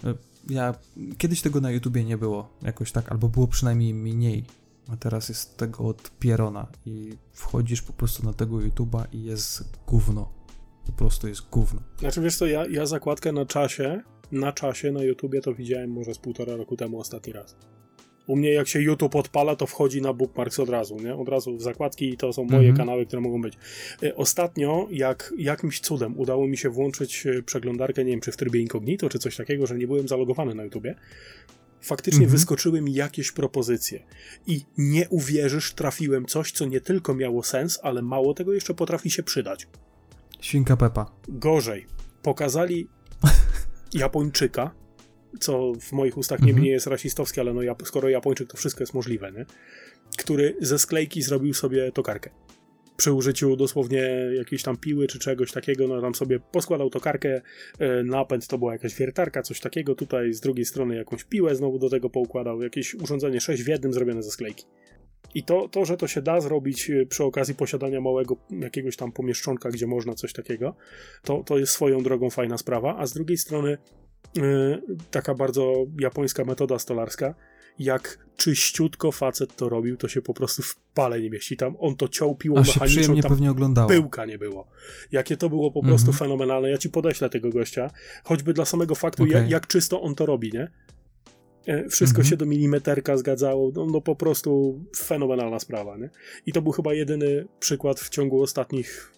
kiedyś tego na YouTubie nie było jakoś tak, albo było przynajmniej mniej, a teraz jest tego od pierona i wchodzisz po prostu na tego YouTuba i jest gówno. Po prostu jest gówno. Znaczy wiesz co, ja zakładkę na czasie na YouTubie to widziałem może z 1,5 roku temu ostatni raz. U mnie jak się YouTube odpala, to wchodzi na bookmarks od razu, nie? Od razu w zakładki i to są moje kanały, które mogą być. Ostatnio, jakimś cudem udało mi się włączyć przeglądarkę, nie wiem, czy w trybie incognito, czy coś takiego, że nie byłem zalogowany na YouTubie. Faktycznie wyskoczyły mi jakieś propozycje. I nie uwierzysz, trafiłem coś, co nie tylko miało sens, ale mało tego jeszcze potrafi się przydać. Świnka Peppa. Gorzej. Pokazali Japończyka, co w moich ustach nie jest rasistowskie, ale skoro Japończyk, to wszystko jest możliwe, nie? Który ze sklejki zrobił sobie tokarkę. Przy użyciu dosłownie jakiejś tam piły czy czegoś takiego, tam sobie poskładał tokarkę, napęd to była jakaś wiertarka, coś takiego, tutaj z drugiej strony jakąś piłę znowu do tego poukładał, jakieś urządzenie 6 w 1 zrobione ze sklejki. I to, że to się da zrobić przy okazji posiadania małego jakiegoś tam pomieszczonka, gdzie można coś takiego, to jest swoją drogą fajna sprawa, a z drugiej strony taka bardzo japońska metoda stolarska, jak czyściutko facet to robił, to się po prostu w pale nie mieści. Tam on to ciął piłą mechaniczną, tam pewnie oglądało. Pyłka nie było. Jakie to było po prostu fenomenalne. Ja ci podeślę tego gościa, choćby dla samego faktu, jak czysto on to robi, nie? Wszystko się do milimeterka zgadzało, no po prostu fenomenalna sprawa, nie? I to był chyba jedyny przykład w ciągu ostatnich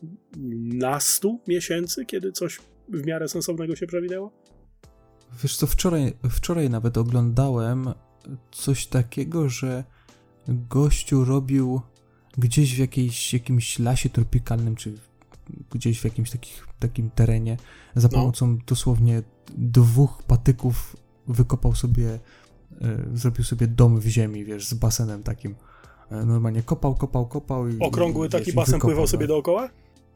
11 miesięcy, kiedy coś w miarę sensownego się przewidęło. Wiesz co, wczoraj nawet oglądałem coś takiego, że gościu robił gdzieś w jakimś lasie tropikalnym, czy gdzieś w jakimś takim terenie, za pomocą dosłownie 2 patyków wykopał sobie, zrobił sobie dom w ziemi, wiesz, z basenem takim. Normalnie kopał i... Okrągły taki basen wykopał, pływał sobie dookoła?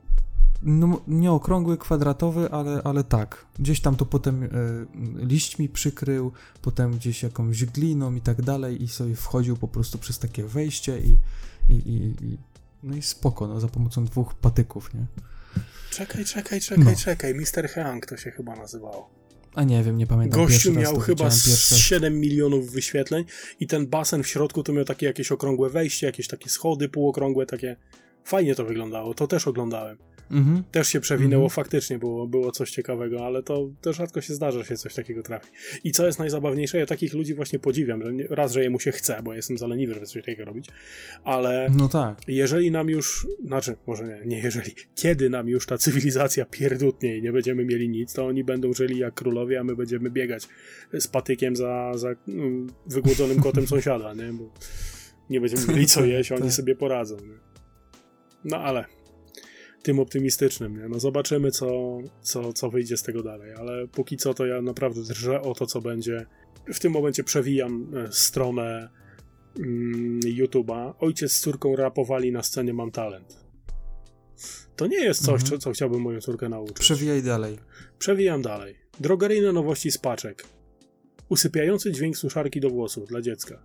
No, nie okrągły, kwadratowy, ale tak. Gdzieś tam to potem liśćmi przykrył, potem gdzieś jakąś gliną i tak dalej i sobie wchodził po prostu przez takie wejście no i spoko, za pomocą 2 patyków, nie? Czekaj, Mr. Hank to się chyba nazywało. A nie wiem, nie pamiętam. Gościu miał chyba 7 milionów wyświetleń i ten basen w środku to miał takie jakieś okrągłe wejście, jakieś takie schody półokrągłe, takie... Fajnie to wyglądało, to też oglądałem. Też się przewinęło faktycznie, było coś ciekawego, ale to rzadko się zdarza, że się coś takiego trafi. I co jest najzabawniejsze, ja takich ludzi właśnie podziwiam, że że jemu się chce, bo ja jestem zaleniwy, żeby coś takiego robić, ale no tak. Jeżeli nam już, może nie jeżeli, kiedy nam już ta cywilizacja pierdutnie i nie będziemy mieli nic, to oni będą żyli jak królowie, a my będziemy biegać z patykiem za wygłodzonym kotem sąsiada, nie? Bo nie będziemy mieli co jeść, oni sobie poradzą, nie? No ale tym optymistycznym, nie? No zobaczymy, co wyjdzie z tego dalej, ale póki co to ja naprawdę drżę o to, co będzie. W tym momencie przewijam stronę YouTube'a. Ojciec z córką rapowali na scenie Mam Talent. To nie jest coś, co chciałbym moją córkę nauczyć. Przewijaj dalej. Przewijam dalej. Drogeryjne nowości z paczek. Usypiający dźwięk suszarki do włosów dla dziecka.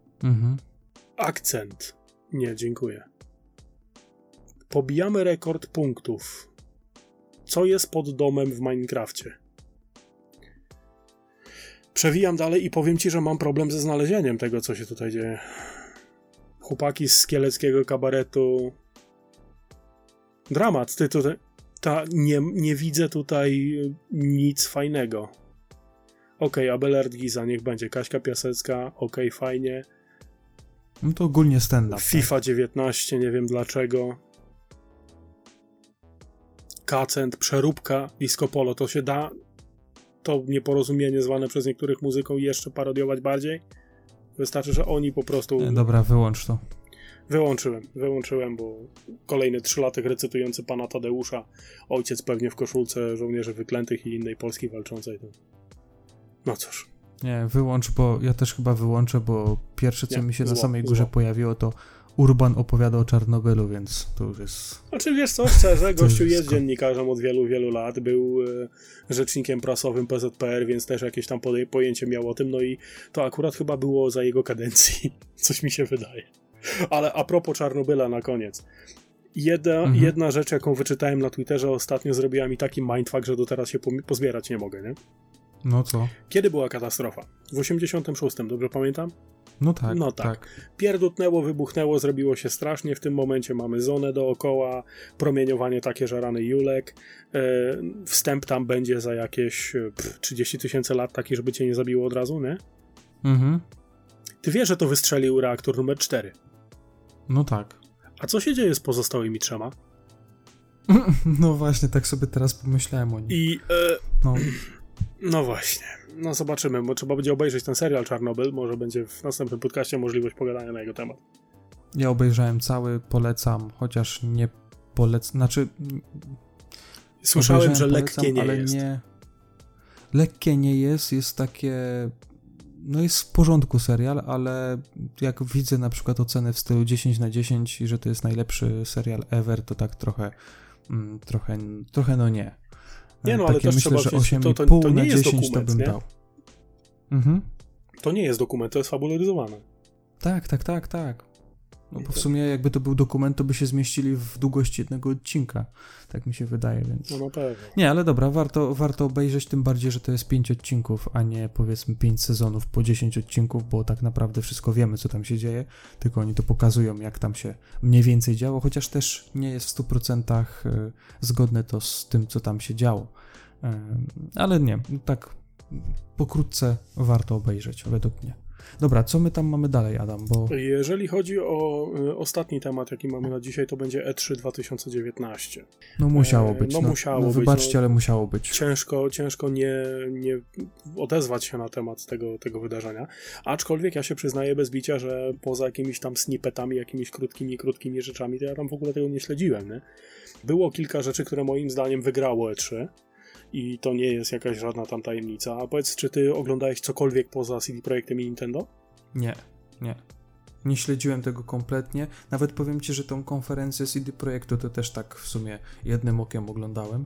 Akcent. Nie, dziękuję. Pobijamy rekord punktów. Co jest pod domem w Minecrafcie? Przewijam dalej i powiem ci, że mam problem ze znalezieniem tego, co się tutaj dzieje. Chłopaki z kieleckiego kabaretu. Dramat. Nie widzę tutaj nic fajnego. Okej, Abelard Giza, niech będzie. Kaśka Piasecka, fajnie. No to ogólnie stand-up. FIFA 19, nie wiem dlaczego. Kacent, przeróbka, disco polo, to się da to nieporozumienie zwane przez niektórych muzyką jeszcze parodiować bardziej? Wystarczy, że oni po prostu... Dobra, wyłącz to. Wyłączyłem, bo kolejny 3-latek recytujący pana Tadeusza, ojciec pewnie w koszulce żołnierzy wyklętych i innej Polski walczącej. No cóż. Nie, wyłącz, bo ja też chyba wyłączę, bo pierwsze, co mi się na samej górze pojawiło, to Urban opowiada o Czarnobylu, więc to już jest... Znaczy, wiesz co, szczerze, gościu jest dziennikarzem od wielu, wielu lat, był rzecznikiem prasowym PZPR, więc też jakieś tam pojęcie miał o tym, no i to akurat chyba było za jego kadencji, coś mi się wydaje. Ale a propos Czarnobyla na koniec. Jedna rzecz, jaką wyczytałem na Twitterze ostatnio, zrobiła mi taki mindfuck, że do teraz się pozbierać nie mogę, nie? No co? Kiedy była katastrofa? W 86, dobrze pamiętam? No tak. Pierdutnęło, wybuchnęło, zrobiło się strasznie. W tym momencie mamy zonę dookoła, promieniowanie takie, że rany Julek. Wstęp tam będzie za jakieś 30 000 lat taki, żeby cię nie zabiło od razu, nie? Ty wiesz, że to wystrzelił reaktor numer 4. No tak. A co się dzieje z pozostałymi 3? No właśnie, tak sobie teraz pomyślałem o nim. No właśnie. No zobaczymy, bo trzeba będzie obejrzeć ten serial Czarnobyl. Może będzie w następnym podcaście możliwość pogadania na jego temat. Ja obejrzałem cały, polecam, chociaż nie polecam, znaczy... Słyszałem, że polecam, lekkie nie ale jest. Lekkie nie jest takie... No jest w porządku serial, ale jak widzę na przykład oceny w stylu 10/10 i że to jest najlepszy serial ever, to tak trochę no nie. Nie, no ale też myślę, trzeba że 8,5 to na nie jest 10 dokument, to bym nie? dał. To nie jest dokument, to jest fabularyzowane. Tak. No bo w sumie jakby to był dokument, to by się zmieścili w długości jednego odcinka. Tak mi się wydaje, więc... No na pewno. Nie, ale dobra, warto obejrzeć, tym bardziej, że to jest 5 odcinków, a nie powiedzmy 5 sezonów po 10 odcinków, bo tak naprawdę wszystko wiemy, co tam się dzieje, tylko oni to pokazują, jak tam się mniej więcej działo, chociaż też nie jest w 100% zgodne to z tym, co tam się działo. Ale nie, tak pokrótce warto obejrzeć, według mnie. Dobra, co my tam mamy dalej, Adam? Bo... Jeżeli chodzi o ostatni temat, jaki mamy na dzisiaj, to będzie E3 2019. No musiało być. Wybaczcie, ale musiało być. Ciężko nie odezwać się na temat tego wydarzenia. Aczkolwiek ja się przyznaję bez bicia, że poza jakimiś tam snippetami, jakimiś krótkimi rzeczami, to ja tam w ogóle tego nie śledziłem. Nie? Było kilka rzeczy, które moim zdaniem wygrało E3. I to nie jest jakaś żadna tam tajemnica. A powiedz, czy ty oglądałeś cokolwiek poza CD Projektem i Nintendo? Nie. Nie śledziłem tego kompletnie. Nawet powiem ci, że tą konferencję CD Projektu to też tak w sumie jednym okiem oglądałem.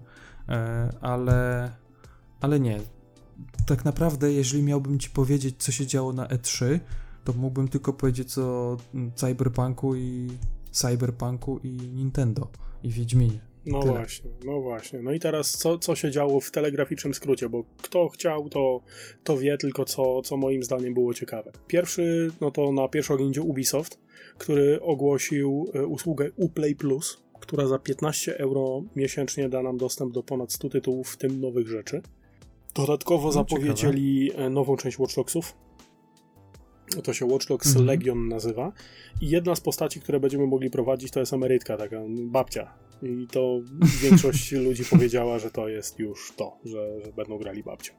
Ale nie. Tak naprawdę, jeżeli miałbym ci powiedzieć, co się działo na E3, to mógłbym tylko powiedzieć o Cyberpunku i Nintendo i Wiedźminie. No właśnie. No i teraz co się działo w telegraficznym skrócie, bo kto chciał, to wie, tylko co moim zdaniem było ciekawe. Pierwszy, no to na pierwszy ogień idzie Ubisoft, który ogłosił usługę Uplay Plus, która za 15 € miesięcznie da nam dostęp do ponad 100 tytułów, w tym nowych rzeczy. Dodatkowo zapowiedzieli nową część Watch Dogsów. To się Watch Dogs Legion nazywa. I jedna z postaci, które będziemy mogli prowadzić, to jest Emerytka, taka babcia. I to większość ludzi powiedziała, że to jest już to, że będą grali babcią.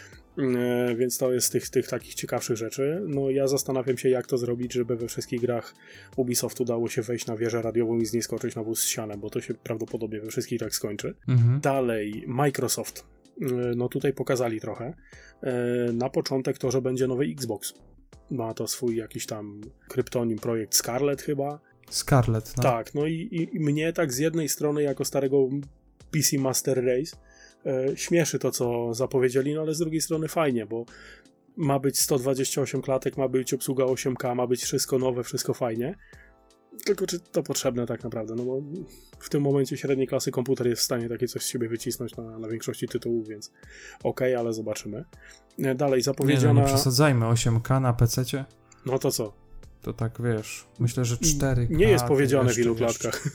Więc to jest tych takich ciekawszych rzeczy. No ja zastanawiam się, jak to zrobić, żeby we wszystkich grach Ubisoftu dało się wejść na wieżę radiową i z niej skoczyć na wóz z sianem, bo to się prawdopodobnie we wszystkich tak skończy. Dalej, Microsoft. No tutaj pokazali trochę. Na początek to, że będzie nowy Xbox. Ma to swój jakiś tam kryptonim, projekt Scarlet chyba. Scarlet, no. Tak, no i mnie tak z jednej strony jako starego PC Master Race śmieszy to, co zapowiedzieli, no ale z drugiej strony fajnie, bo ma być 128 klatek, ma być obsługa 8K, ma być wszystko nowe, wszystko fajnie. Tylko czy to potrzebne tak naprawdę? No bo w tym momencie średniej klasy komputer jest w stanie takie coś z siebie wycisnąć na większości tytułów, więc okej, ale zobaczymy. Dalej zapowiedziana... Nie przesadzajmy, 8K na PC-cie? No to co? To tak, wiesz, myślę, że 4K... Nie jest powiedziane w ilu klatkach.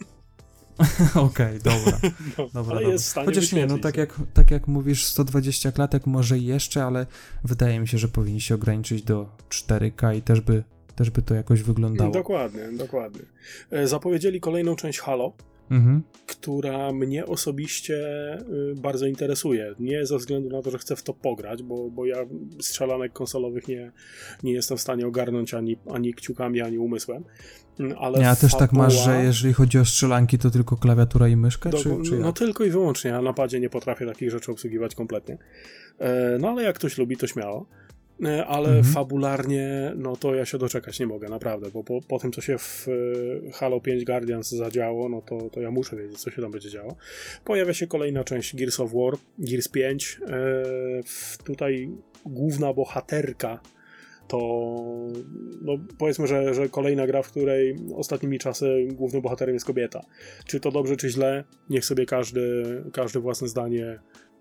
Okej, dobra. Ale jest w stanie chociaż nie, no tak jak mówisz, 120 klatek może jeszcze, ale wydaje mi się, że powinni się ograniczyć do 4K i też by to jakoś wyglądało. Dokładnie. Zapowiedzieli kolejną część Halo, która mnie osobiście bardzo interesuje. Nie ze względu na to, że chcę w to pograć, bo ja strzelanek konsolowych nie jestem w stanie ogarnąć ani kciukami, ani umysłem. Ale ja też tak masz, że jeżeli chodzi o strzelanki, to tylko klawiatura i myszka? Czy no tylko i wyłącznie. Ja na padzie nie potrafię takich rzeczy obsługiwać kompletnie. No ale jak ktoś lubi, to śmiało. Ale fabularnie, no to ja się doczekać nie mogę, naprawdę, bo po tym, co się w Halo 5 Guardians zadziało, no to ja muszę wiedzieć, co się tam będzie działo. Pojawia się kolejna część Gears of War, Gears 5. Tutaj główna bohaterka to, no powiedzmy, że kolejna gra, w której ostatnimi czasy głównym bohaterem jest kobieta. Czy to dobrze, czy źle, niech sobie każdy własne zdanie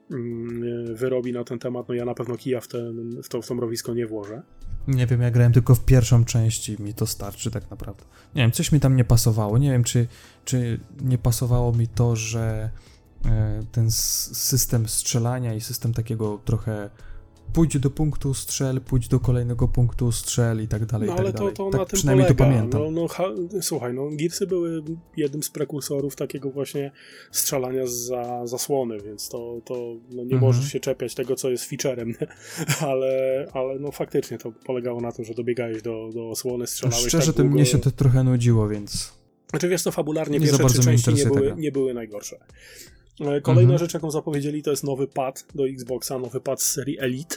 wyrobi na ten temat. No ja na pewno kija w to mrowisko nie włożę. Nie wiem, ja grałem tylko w pierwszą część i mi to starczy tak naprawdę. Nie wiem, coś mi tam nie pasowało. Nie wiem, czy nie pasowało mi to, że ten system strzelania i system takiego trochę pójdź do punktu, strzel, pójdź do kolejnego punktu, strzel i tak dalej. No ale tak to tak na tym przynajmniej polega. To pamiętam. Słuchaj, Gearsy były jednym z prekursorów takiego właśnie strzelania za zasłony, więc to nie możesz się czepiać tego, co jest featurem, ale no faktycznie to polegało na tym, że dobiegałeś do osłony, strzelałeś szczerze, tak to długo... mnie się to trochę nudziło, więc... Znaczy wiesz, to fabularnie pierwsze 3 części nie były najgorsze. Kolejna rzecz, jaką zapowiedzieli, to jest nowy pad do Xboxa, nowy pad z serii Elite.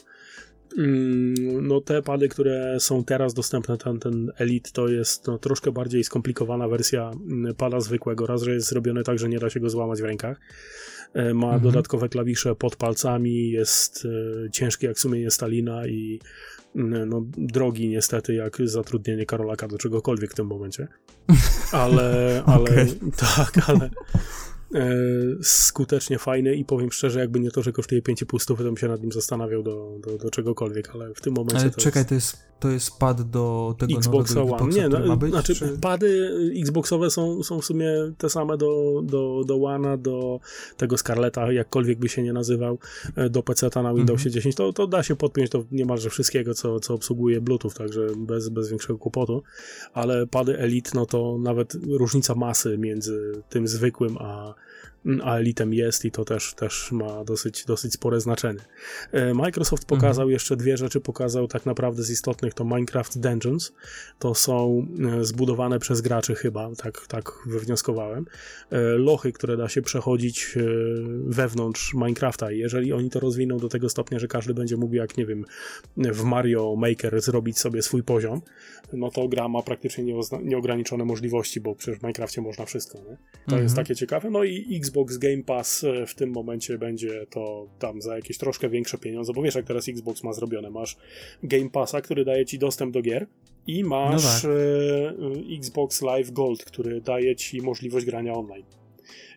No te pady, które są teraz dostępne, ten Elite, to jest troszkę bardziej skomplikowana wersja pada zwykłego. Raz, że jest zrobiony tak, że nie da się go złamać w rękach. Ma dodatkowe klawisze pod palcami, jest ciężki jak sumienie Stalina i drogi niestety jak zatrudnienie Karolaka do czegokolwiek w tym momencie. Ale skutecznie fajny i powiem szczerze, jakby nie to, że kosztuje 5,5 stówy, to bym się nad nim zastanawiał do czegokolwiek, ale w tym momencie ale czekaj, to jest pad do tego Xboxa nowego One. Xboxa, Nie, ma być, znaczy czy... pady Xboxowe są w sumie te same do One'a, do tego Scarletta, jakkolwiek by się nie nazywał, do PC-ta na Windowsie 10, to da się podpiąć do niemalże wszystkiego, co obsługuje Bluetooth, także bez większego kłopotu, ale pady Elite, no to nawet różnica masy między tym zwykłym a Elitem jest i to też ma dosyć spore znaczenie. Microsoft pokazał jeszcze 2 rzeczy, pokazał tak naprawdę z istotnych, to Minecraft Dungeons, to są zbudowane przez graczy chyba, tak wywnioskowałem, lochy, które da się przechodzić wewnątrz Minecrafta i jeżeli oni to rozwiną do tego stopnia, że każdy będzie mógł, jak nie wiem, w Mario Maker zrobić sobie swój poziom, no to gra ma praktycznie nieograniczone możliwości, bo przecież w Minecrafcie można wszystko, nie? To jest takie ciekawe. No i Xbox Game Pass w tym momencie będzie to tam za jakieś troszkę większe pieniądze, bo wiesz, jak teraz Xbox ma zrobione. Masz Game Passa, który daje ci dostęp do gier i masz Xbox Live Gold, który daje ci możliwość grania online.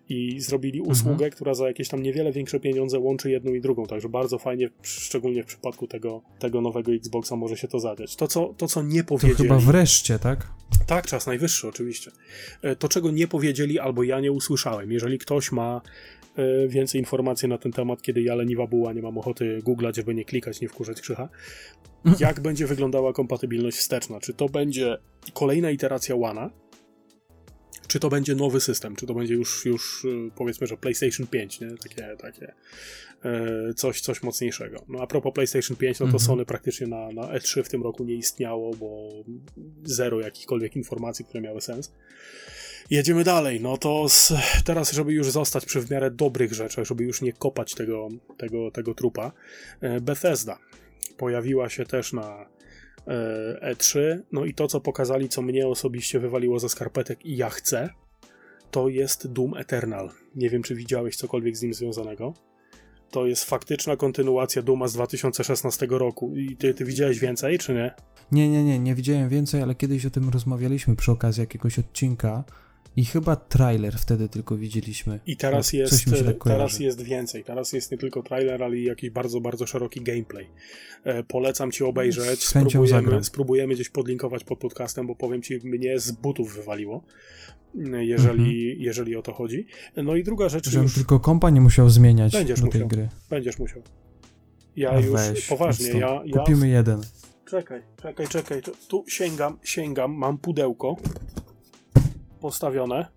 i zrobili usługę, która za jakieś tam niewiele większe pieniądze łączy jedną i drugą, także bardzo fajnie, szczególnie w przypadku tego nowego Xboxa może się to zadziać. To co nie powiedzieli... To chyba wreszcie, tak? Tak, czas najwyższy oczywiście. To, czego nie powiedzieli albo ja nie usłyszałem, jeżeli ktoś ma więcej informacji na ten temat, kiedy ja leniwa buła, nie mam ochoty googlać, żeby nie klikać, nie wkurzać Krzycha, jak będzie wyglądała kompatybilność wsteczna? Czy to będzie kolejna iteracja One'a? Czy to będzie nowy system? Czy to będzie już powiedzmy, że PlayStation 5, nie? Takie coś mocniejszego. No a propos PlayStation 5, no to Sony praktycznie na E3 w tym roku nie istniało, bo zero jakichkolwiek informacji, które miały sens. Jedziemy dalej, no to teraz, żeby już zostać przy w miarę dobrych rzeczach, żeby już nie kopać tego trupa, Bethesda pojawiła się też na E3, no i to, co pokazali, co mnie osobiście wywaliło ze skarpetek i ja chcę, to jest Doom Eternal. Nie wiem, czy widziałeś cokolwiek z nim związanego. To jest faktyczna kontynuacja Dooma z 2016 roku. I ty widziałeś więcej, czy nie? Nie widziałem więcej, ale kiedyś o tym rozmawialiśmy przy okazji jakiegoś odcinka i chyba trailer wtedy tylko widzieliśmy. I teraz jest więcej. Teraz jest nie tylko trailer, ale i jakiś bardzo, bardzo szeroki gameplay. Polecam ci obejrzeć. Spróbujemy gdzieś podlinkować pod podcastem, bo powiem ci, mnie z butów wywaliło, jeżeli o to chodzi. No i druga rzecz... Żebym tylko kompa nie musiał zmieniać tej gry. Będziesz musiał. Ja już poważnie. Kupimy jeden. Czekaj. Tu sięgam, mam pudełko postawione.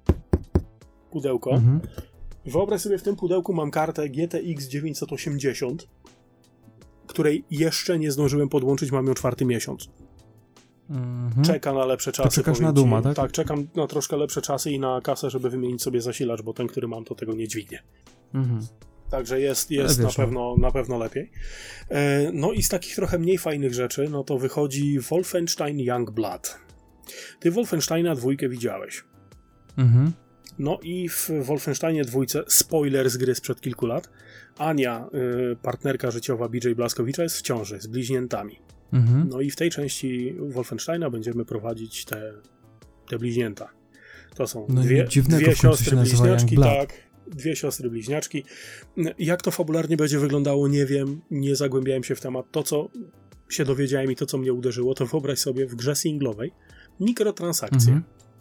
Wyobraź sobie, w tym pudełku mam kartę GTX 980, której jeszcze nie zdążyłem podłączyć, mam ją 4. miesiąc. Czeka na lepsze czasy. To czekasz na Dooma, tak? Tak, czekam na troszkę lepsze czasy i na kasę, żeby wymienić sobie zasilacz, bo ten, który mam, to tego nie dźwignie. Także jest na pewno lepiej. No i z takich trochę mniej fajnych rzeczy, no to wychodzi Wolfenstein Youngblood. Ty Wolfensteina 2 widziałeś. No i w Wolfensteinie 2, spoiler z gry sprzed kilku lat, Ania, partnerka życiowa BJ Blazkowicza, jest w ciąży z bliźniętami. No i w tej części Wolfensteina będziemy prowadzić te bliźnięta. To są dwie siostry bliźniaczki, tak. Dwie siostry bliźniaczki. Jak to fabularnie będzie wyglądało, nie wiem, nie zagłębiałem się w temat. To, co się dowiedziałem i to, co mnie uderzyło, to wyobraź sobie w grze singlowej mikrotransakcje,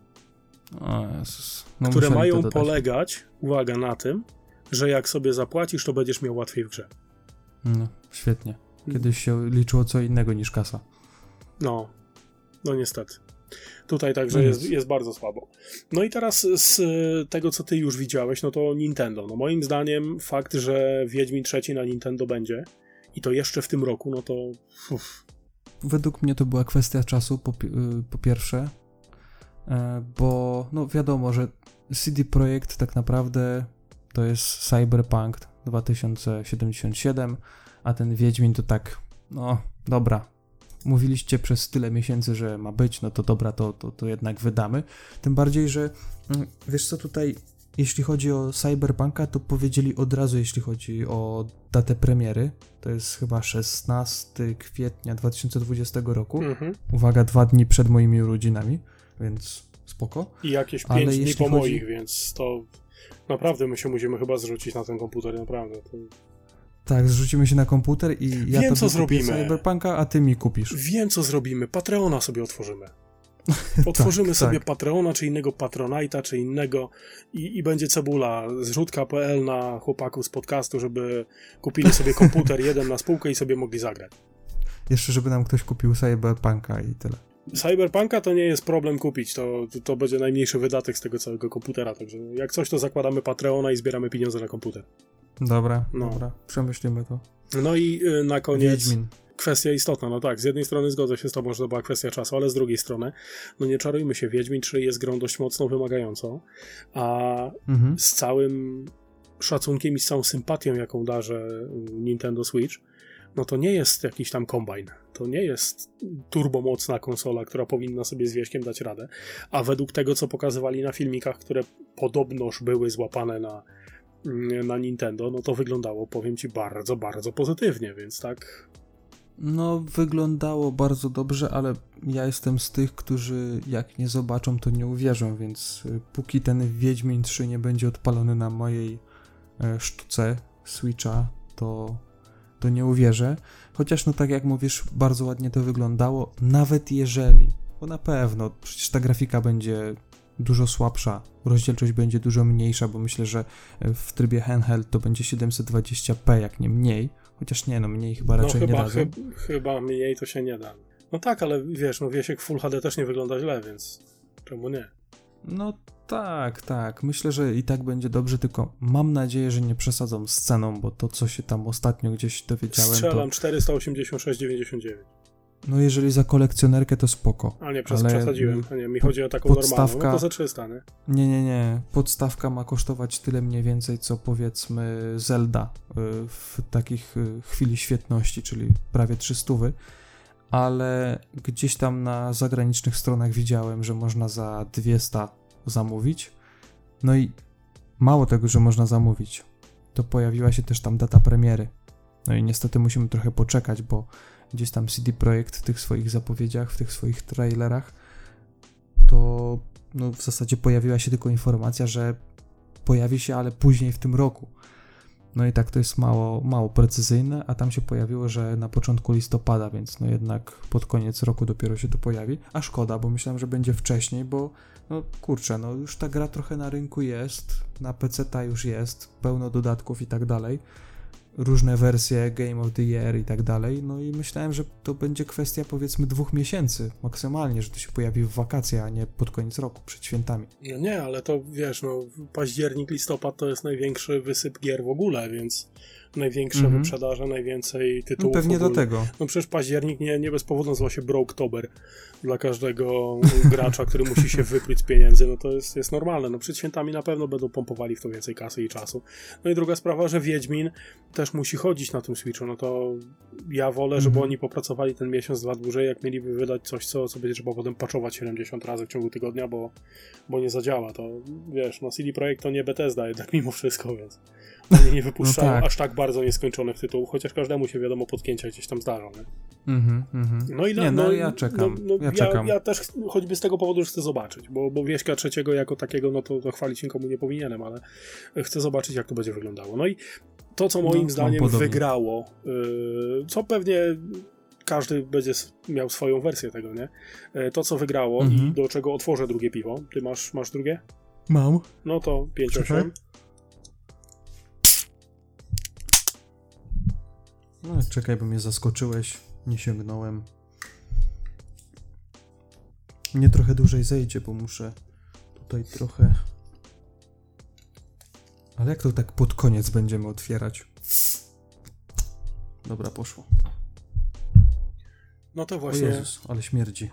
które mają polegać, uwaga, na tym, że jak sobie zapłacisz, to będziesz miał łatwiej w grze. No, świetnie. Kiedyś się liczyło co innego niż kasa. No niestety. Tutaj także jest bardzo słabo. No i teraz z tego, co ty już widziałeś, no to Nintendo. No moim zdaniem fakt, że Wiedźmin 3 na Nintendo będzie i to jeszcze w tym roku, no to... Według mnie to była kwestia czasu, po pierwsze, bo no wiadomo, że CD Projekt tak naprawdę to jest Cyberpunk 2077, a ten Wiedźmin to tak, no dobra, mówiliście przez tyle miesięcy, że ma być, no to dobra, to jednak wydamy. Tym bardziej, że wiesz co, tutaj jeśli chodzi o Cyberpunka, to powiedzieli od razu, jeśli chodzi o datę premiery, to jest chyba 16 kwietnia 2020 roku. Uwaga, 2 dni przed moimi urodzinami, więc spoko. I jakieś 5 dni po moich, więc to naprawdę my się musimy chyba zrzucić na ten komputer, naprawdę. Tak, zrzucimy się na komputer i ja tobie kupię Cyberpunka, a ty mi kupisz. Wiem, co zrobimy. Patreona sobie otworzymy. Otworzymy sobie Patreona, czy innego Patronite'a, czy innego i będzie cebula, zrzutka.pl na chłopaków z podcastu, żeby kupili sobie komputer jeden na spółkę i sobie mogli zagrać. Jeszcze, żeby nam ktoś kupił Cyberpunka i tyle. Cyberpunka to nie jest problem kupić, to będzie najmniejszy wydatek z tego całego komputera, także jak coś, to zakładamy Patreona i zbieramy pieniądze na komputer. Dobra, przemyślimy to. No i na koniec Wiedźmin. Kwestia istotna, no tak, z jednej strony zgodzę się z tobą, że to była kwestia czasu, ale z drugiej strony, no nie czarujmy się, Wiedźmin 3 jest grą dość mocno wymagającą, a z całym szacunkiem i z całą sympatią, jaką darzę Nintendo Switch, no to nie jest jakiś tam kombajn, to nie jest turbomocna konsola, która powinna sobie z wieśkiem dać radę, a według tego, co pokazywali na filmikach, które podobnoż były złapane na Nintendo, no to wyglądało, powiem ci, bardzo, bardzo pozytywnie, więc tak... No, wyglądało bardzo dobrze, ale ja jestem z tych, którzy jak nie zobaczą, to nie uwierzą, więc póki ten Wiedźmin 3 nie będzie odpalony na mojej sztuce Switcha, to nie uwierzę. Chociaż no tak jak mówisz, bardzo ładnie to wyglądało, nawet jeżeli, bo na pewno przecież ta grafika będzie dużo słabsza, rozdzielczość będzie dużo mniejsza, bo myślę, że w trybie handheld to będzie 720p, jak nie mniej, chociaż nie, no mniej chyba raczej nie dadzą. Chyba mniej to się nie da. No tak, ale wiesz, no Wiesiek Full HD też nie wygląda źle, więc czemu nie? No tak, myślę, że i tak będzie dobrze, tylko mam nadzieję, że nie przesadzą z ceną, bo to, co się tam ostatnio gdzieś dowiedziałem, strzelam to... 486,99. No jeżeli za kolekcjonerkę to spoko. A nie, przesadziłem. Nie, mi chodzi o taką normalną, no to za 300, nie? Nie. Podstawka ma kosztować tyle mniej więcej, co powiedzmy Zelda w takich chwili świetności, czyli prawie 300, ale gdzieś tam na zagranicznych stronach widziałem, że można za 200 zamówić. No i mało tego, że można zamówić, to pojawiła się też tam data premiery. No i niestety musimy trochę poczekać, bo gdzieś tam CD Projekt w tych swoich zapowiedziach, w tych swoich trailerach, to no w zasadzie pojawiła się tylko informacja, że pojawi się, ale później w tym roku. No i tak to jest mało precyzyjne, a tam się pojawiło, że na początku listopada, więc no jednak pod koniec roku dopiero się to pojawi. A szkoda, bo myślałem, że będzie wcześniej, bo no kurczę, no już ta gra trochę na rynku jest, na PC-ta już jest, pełno dodatków i tak dalej. Różne wersje Game of the Year i tak dalej, no i myślałem, że to będzie kwestia powiedzmy 2 miesięcy maksymalnie, że to się pojawi w wakacje, a nie pod koniec roku, przed świętami. No nie, ale to wiesz, no październik, listopad to jest największy wysyp gier w ogóle, więc największe wyprzedaże, najwięcej tytułów. No pewnie ogólnie. dlatego. No przecież październik nie bez powodu nazywa się Brooktober dla każdego gracza, który musi się wypluć z pieniędzy, no to jest normalne. No przed świętami na pewno będą pompowali w to więcej kasy i czasu. No i druga sprawa, że Wiedźmin też musi chodzić na tym Switchu, no to ja wolę, żeby oni popracowali ten miesiąc, 2 dłużej, jak mieliby wydać coś, co będzie trzeba potem patchować 70 razy w ciągu tygodnia, bo nie zadziała. To wiesz, no CD Projekt to nie Bethesda jednak mimo wszystko, więc oni nie wypuszczają aż tak bardzo nieskończonych tytułów, chociaż każdemu się wiadomo podpięcia gdzieś tam zdarzą, nie? No i ja czekam. Ja też choćby z tego powodu, że chcę zobaczyć, bo Wieśka trzeciego jako takiego, no to chwalić nikomu nie powinienem, ale chcę zobaczyć, jak to będzie wyglądało. No i to, co moim zdaniem wygrało, co pewnie każdy będzie miał swoją wersję tego, nie? To, co wygrało i do czego otworzę drugie piwo. Ty masz drugie? Mam. No to 5-8. No czekaj, bo mnie zaskoczyłeś. Nie sięgnąłem. Mnie trochę dłużej zejdzie, bo muszę tutaj trochę... Ale jak to tak pod koniec będziemy otwierać? Dobra, poszło. No to właśnie... O Jezus, ale śmierdzi.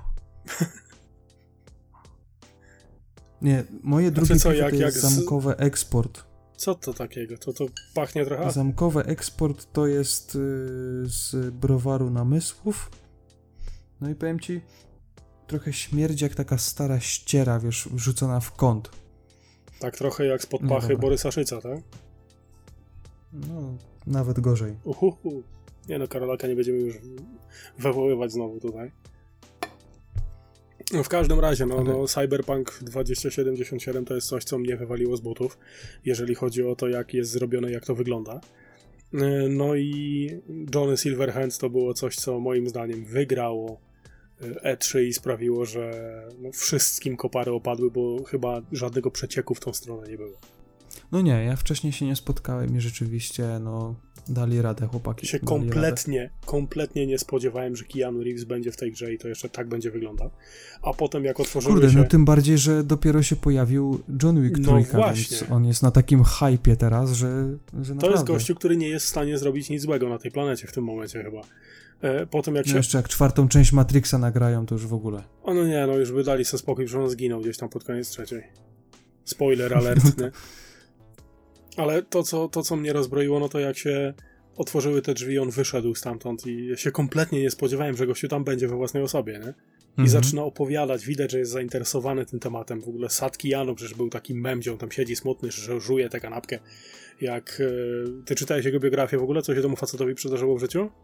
Nie, moje drugie piwo to jest zamkowe eksport. Co to takiego? To pachnie trochę... Zamkowe eksport to jest z browaru Namysłów. No i powiem ci, trochę śmierdzi jak taka stara ściera, wiesz, wrzucona w kąt. Tak trochę jak spod pachy Borysa Szyca, tak? No, nawet gorzej. Nie no, Karolaka nie będziemy już wywoływać znowu tutaj. No w każdym razie, no Cyberpunk 2077 to jest coś, co mnie wywaliło z butów, jeżeli chodzi o to, jak jest zrobione, jak to wygląda. No i Johnny Silverhands to było coś, co moim zdaniem wygrało E3 i sprawiło, że wszystkim kopary opadły, bo chyba żadnego przecieku w tą stronę nie było. No nie, ja wcześniej się nie spotkałem i rzeczywiście, dali radę chłopaki. Się kompletnie nie spodziewałem, że Keanu Reeves będzie w tej grze i to jeszcze tak będzie wyglądał. A potem jak otworzyły się... no tym bardziej, że dopiero się pojawił John Wick 3, więc on jest na takim hypie teraz, że naprawdę... To jest gościu, który nie jest w stanie zrobić nic złego na tej planecie w tym momencie chyba. Potem jak jeszcze jak 4. część Matrixa nagrają, to już w ogóle. Już by dali sobie spokój, że on zginął gdzieś tam pod koniec 3. Spoiler alert, nie? Ale to, co mnie rozbroiło, no to jak się otworzyły te drzwi, on wyszedł stamtąd i ja się kompletnie nie spodziewałem, że gościu tam będzie we własnej osobie, nie? I zaczyna opowiadać, widać, że jest zainteresowany tym tematem. W ogóle Sad Keanu przecież był taki mem, gdzie on tam siedzi smutny, że żuje tę kanapkę. Jak ty czytałeś jego biografię w ogóle? Co się temu facetowi przydarzyło w życiu?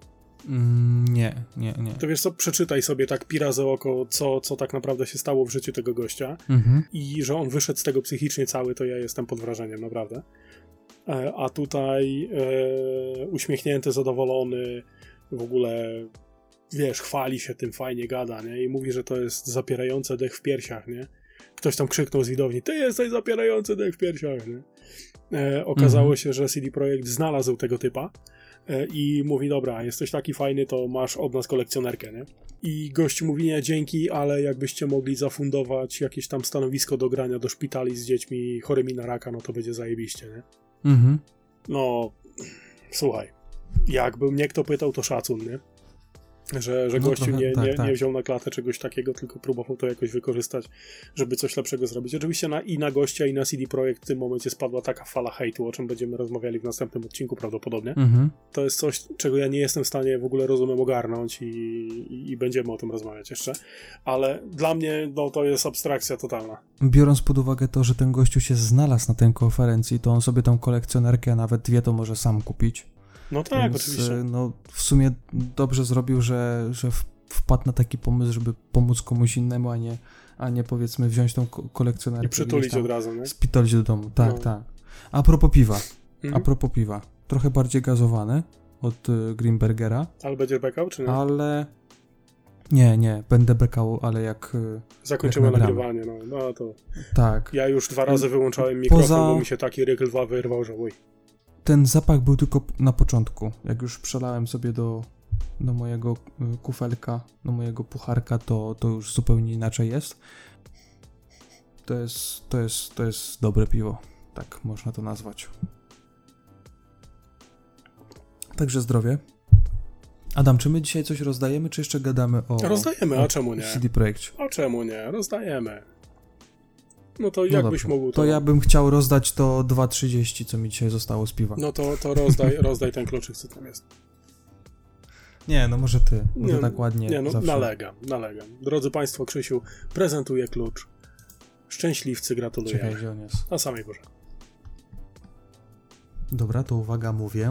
Nie. To wiesz co, przeczytaj sobie tak pira za oko, co tak naprawdę się stało w życiu tego gościa i że on wyszedł z tego psychicznie cały, to ja jestem pod wrażeniem, naprawdę. A tutaj uśmiechnięty, zadowolony, w ogóle, wiesz, chwali się tym, fajnie gada, nie? I mówi, że to jest zapierające dech w piersiach, nie? Ktoś tam krzyknął z widowni, ty jesteś zapierający dech w piersiach, nie? Okazało się, że CD Projekt znalazł tego typa i mówi, dobra, jesteś taki fajny, to masz od nas kolekcjonerkę, nie? I gość mówi, nie, dzięki, ale jakbyście mogli zafundować jakieś tam stanowisko do grania do szpitali z dziećmi chorymi na raka, no to będzie zajebiście, nie? No, słuchaj, jakby mnie kto pytał, to szacun, nie? Że gościu nie wziął na klatę czegoś takiego, tylko próbował to jakoś wykorzystać, żeby coś lepszego zrobić. Oczywiście na gościa i na CD Projekt w tym momencie spadła taka fala hejtu, o czym będziemy rozmawiali w następnym odcinku prawdopodobnie. To jest coś, czego ja nie jestem w stanie w ogóle rozumem ogarnąć i będziemy o tym rozmawiać jeszcze, ale dla mnie no, to jest abstrakcja totalna. Biorąc pod uwagę to, że ten gościu się znalazł na tej konferencji, to on sobie tą kolekcjonerkę, a nawet dwie, to może sam kupić. No tak, więc, oczywiście. No, w sumie dobrze zrobił, że wpadł na taki pomysł, żeby pomóc komuś innemu, a nie powiedzmy wziąć tą kolekcjonerkę i przytulić od razu, nie? Spitolić do domu, tak, no. tak. A propos piwa. Trochę bardziej gazowane od Grimbergera. Ale będziesz bekał, czy nie? Ale... Nie, będę bekał, ale jak zakończymy nagrywanie, no to... Tak. Ja już 2 razy wyłączałem mikrofon, bo mi się taki ryk lwa wyrwał, że oj. Ten zapach był tylko na początku. Jak już przelałem sobie do mojego kufelka, do mojego pucharka, to już zupełnie inaczej jest. To jest dobre piwo. Tak można to nazwać. Także zdrowie. Adam, czy my dzisiaj coś rozdajemy, czy jeszcze gadamy o... Rozdajemy, a czemu nie? CD Projekcie. A czemu nie? Rozdajemy. No to jakbyś mógł to... To ja bym chciał rozdać to 2,30, co mi dzisiaj zostało z piwa. No to rozdaj ten kluczyk, co tam jest. Nie, no może ty, bo to tak ładnie nie, no zawsze. nalegam. Drodzy Państwo, Krzysiu prezentuje klucz. Szczęśliwcy, gratuluję. Czekaj, gdzie on jest? Na samej górze. Dobra, to uwaga, mówię.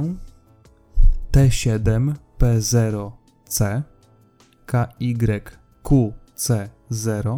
T7P0C KYQC0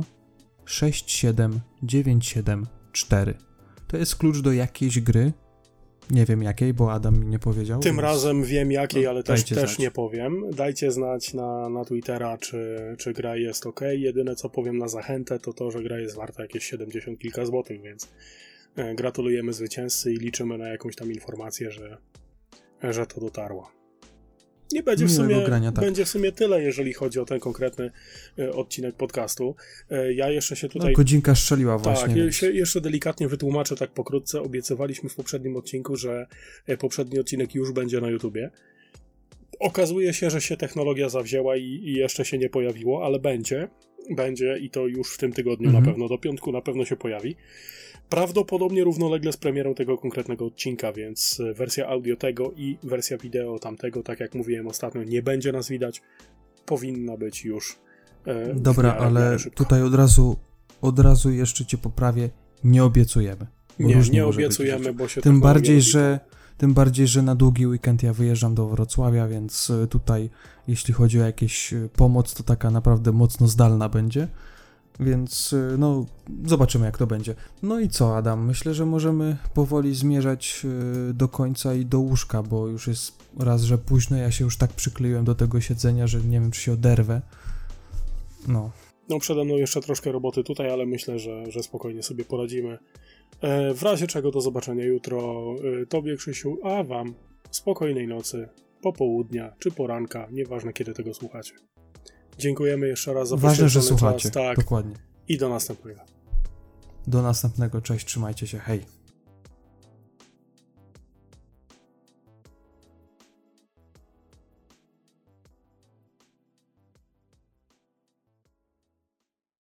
67974. To jest klucz do jakiejś gry. Nie wiem jakiej, bo Adam mi nie powiedział. Tym razem wiem jakiej, ale też nie powiem. Dajcie znać na Twittera, czy gra jest ok. Jedyne co powiem na zachętę, to że gra jest warta jakieś 70 kilka złotych, więc gratulujemy zwycięzcy i liczymy na jakąś tam informację, że to dotarło. Nie będzie będzie w sumie tyle, jeżeli chodzi o ten konkretny odcinek podcastu. Ja jeszcze się tutaj... godzinka strzeliła właśnie. Tak, się jeszcze delikatnie wytłumaczę tak pokrótce. Obiecywaliśmy w poprzednim odcinku, że poprzedni odcinek już będzie na YouTubie. Okazuje się, że się technologia zawzięła i jeszcze się nie pojawiło, ale będzie i to już w tym tygodniu na pewno, do piątku na pewno się pojawi. Prawdopodobnie równolegle z premierą tego konkretnego odcinka, więc wersja audio tego i wersja wideo tamtego, tak jak mówiłem ostatnio, nie będzie nas widać, powinna być już dobra, ale tutaj od razu jeszcze cię poprawię, nie obiecujemy. Nie obiecujemy, bo się tym bardziej, że na długi weekend ja wyjeżdżam do Wrocławia, więc tutaj jeśli chodzi o jakąś pomoc, to taka naprawdę mocno zdalna będzie. Więc no zobaczymy jak to będzie. No i co, Adam? Myślę, że możemy powoli zmierzać do końca i do łóżka, bo już jest raz, że późno, ja się już tak przykleiłem do tego siedzenia, że nie wiem, czy się oderwę. No przede mną jeszcze troszkę roboty tutaj, ale myślę, że spokojnie sobie poradzimy. W razie czego do zobaczenia jutro. Tobie, Krzysiu, a wam spokojnej nocy, popołudnia czy poranka, nieważne kiedy tego słuchacie. Dziękujemy jeszcze raz za ważne, że słuchacie. Czas. Tak. Dokładnie. I do następnego. Do następnego. Cześć, trzymajcie się. Hej.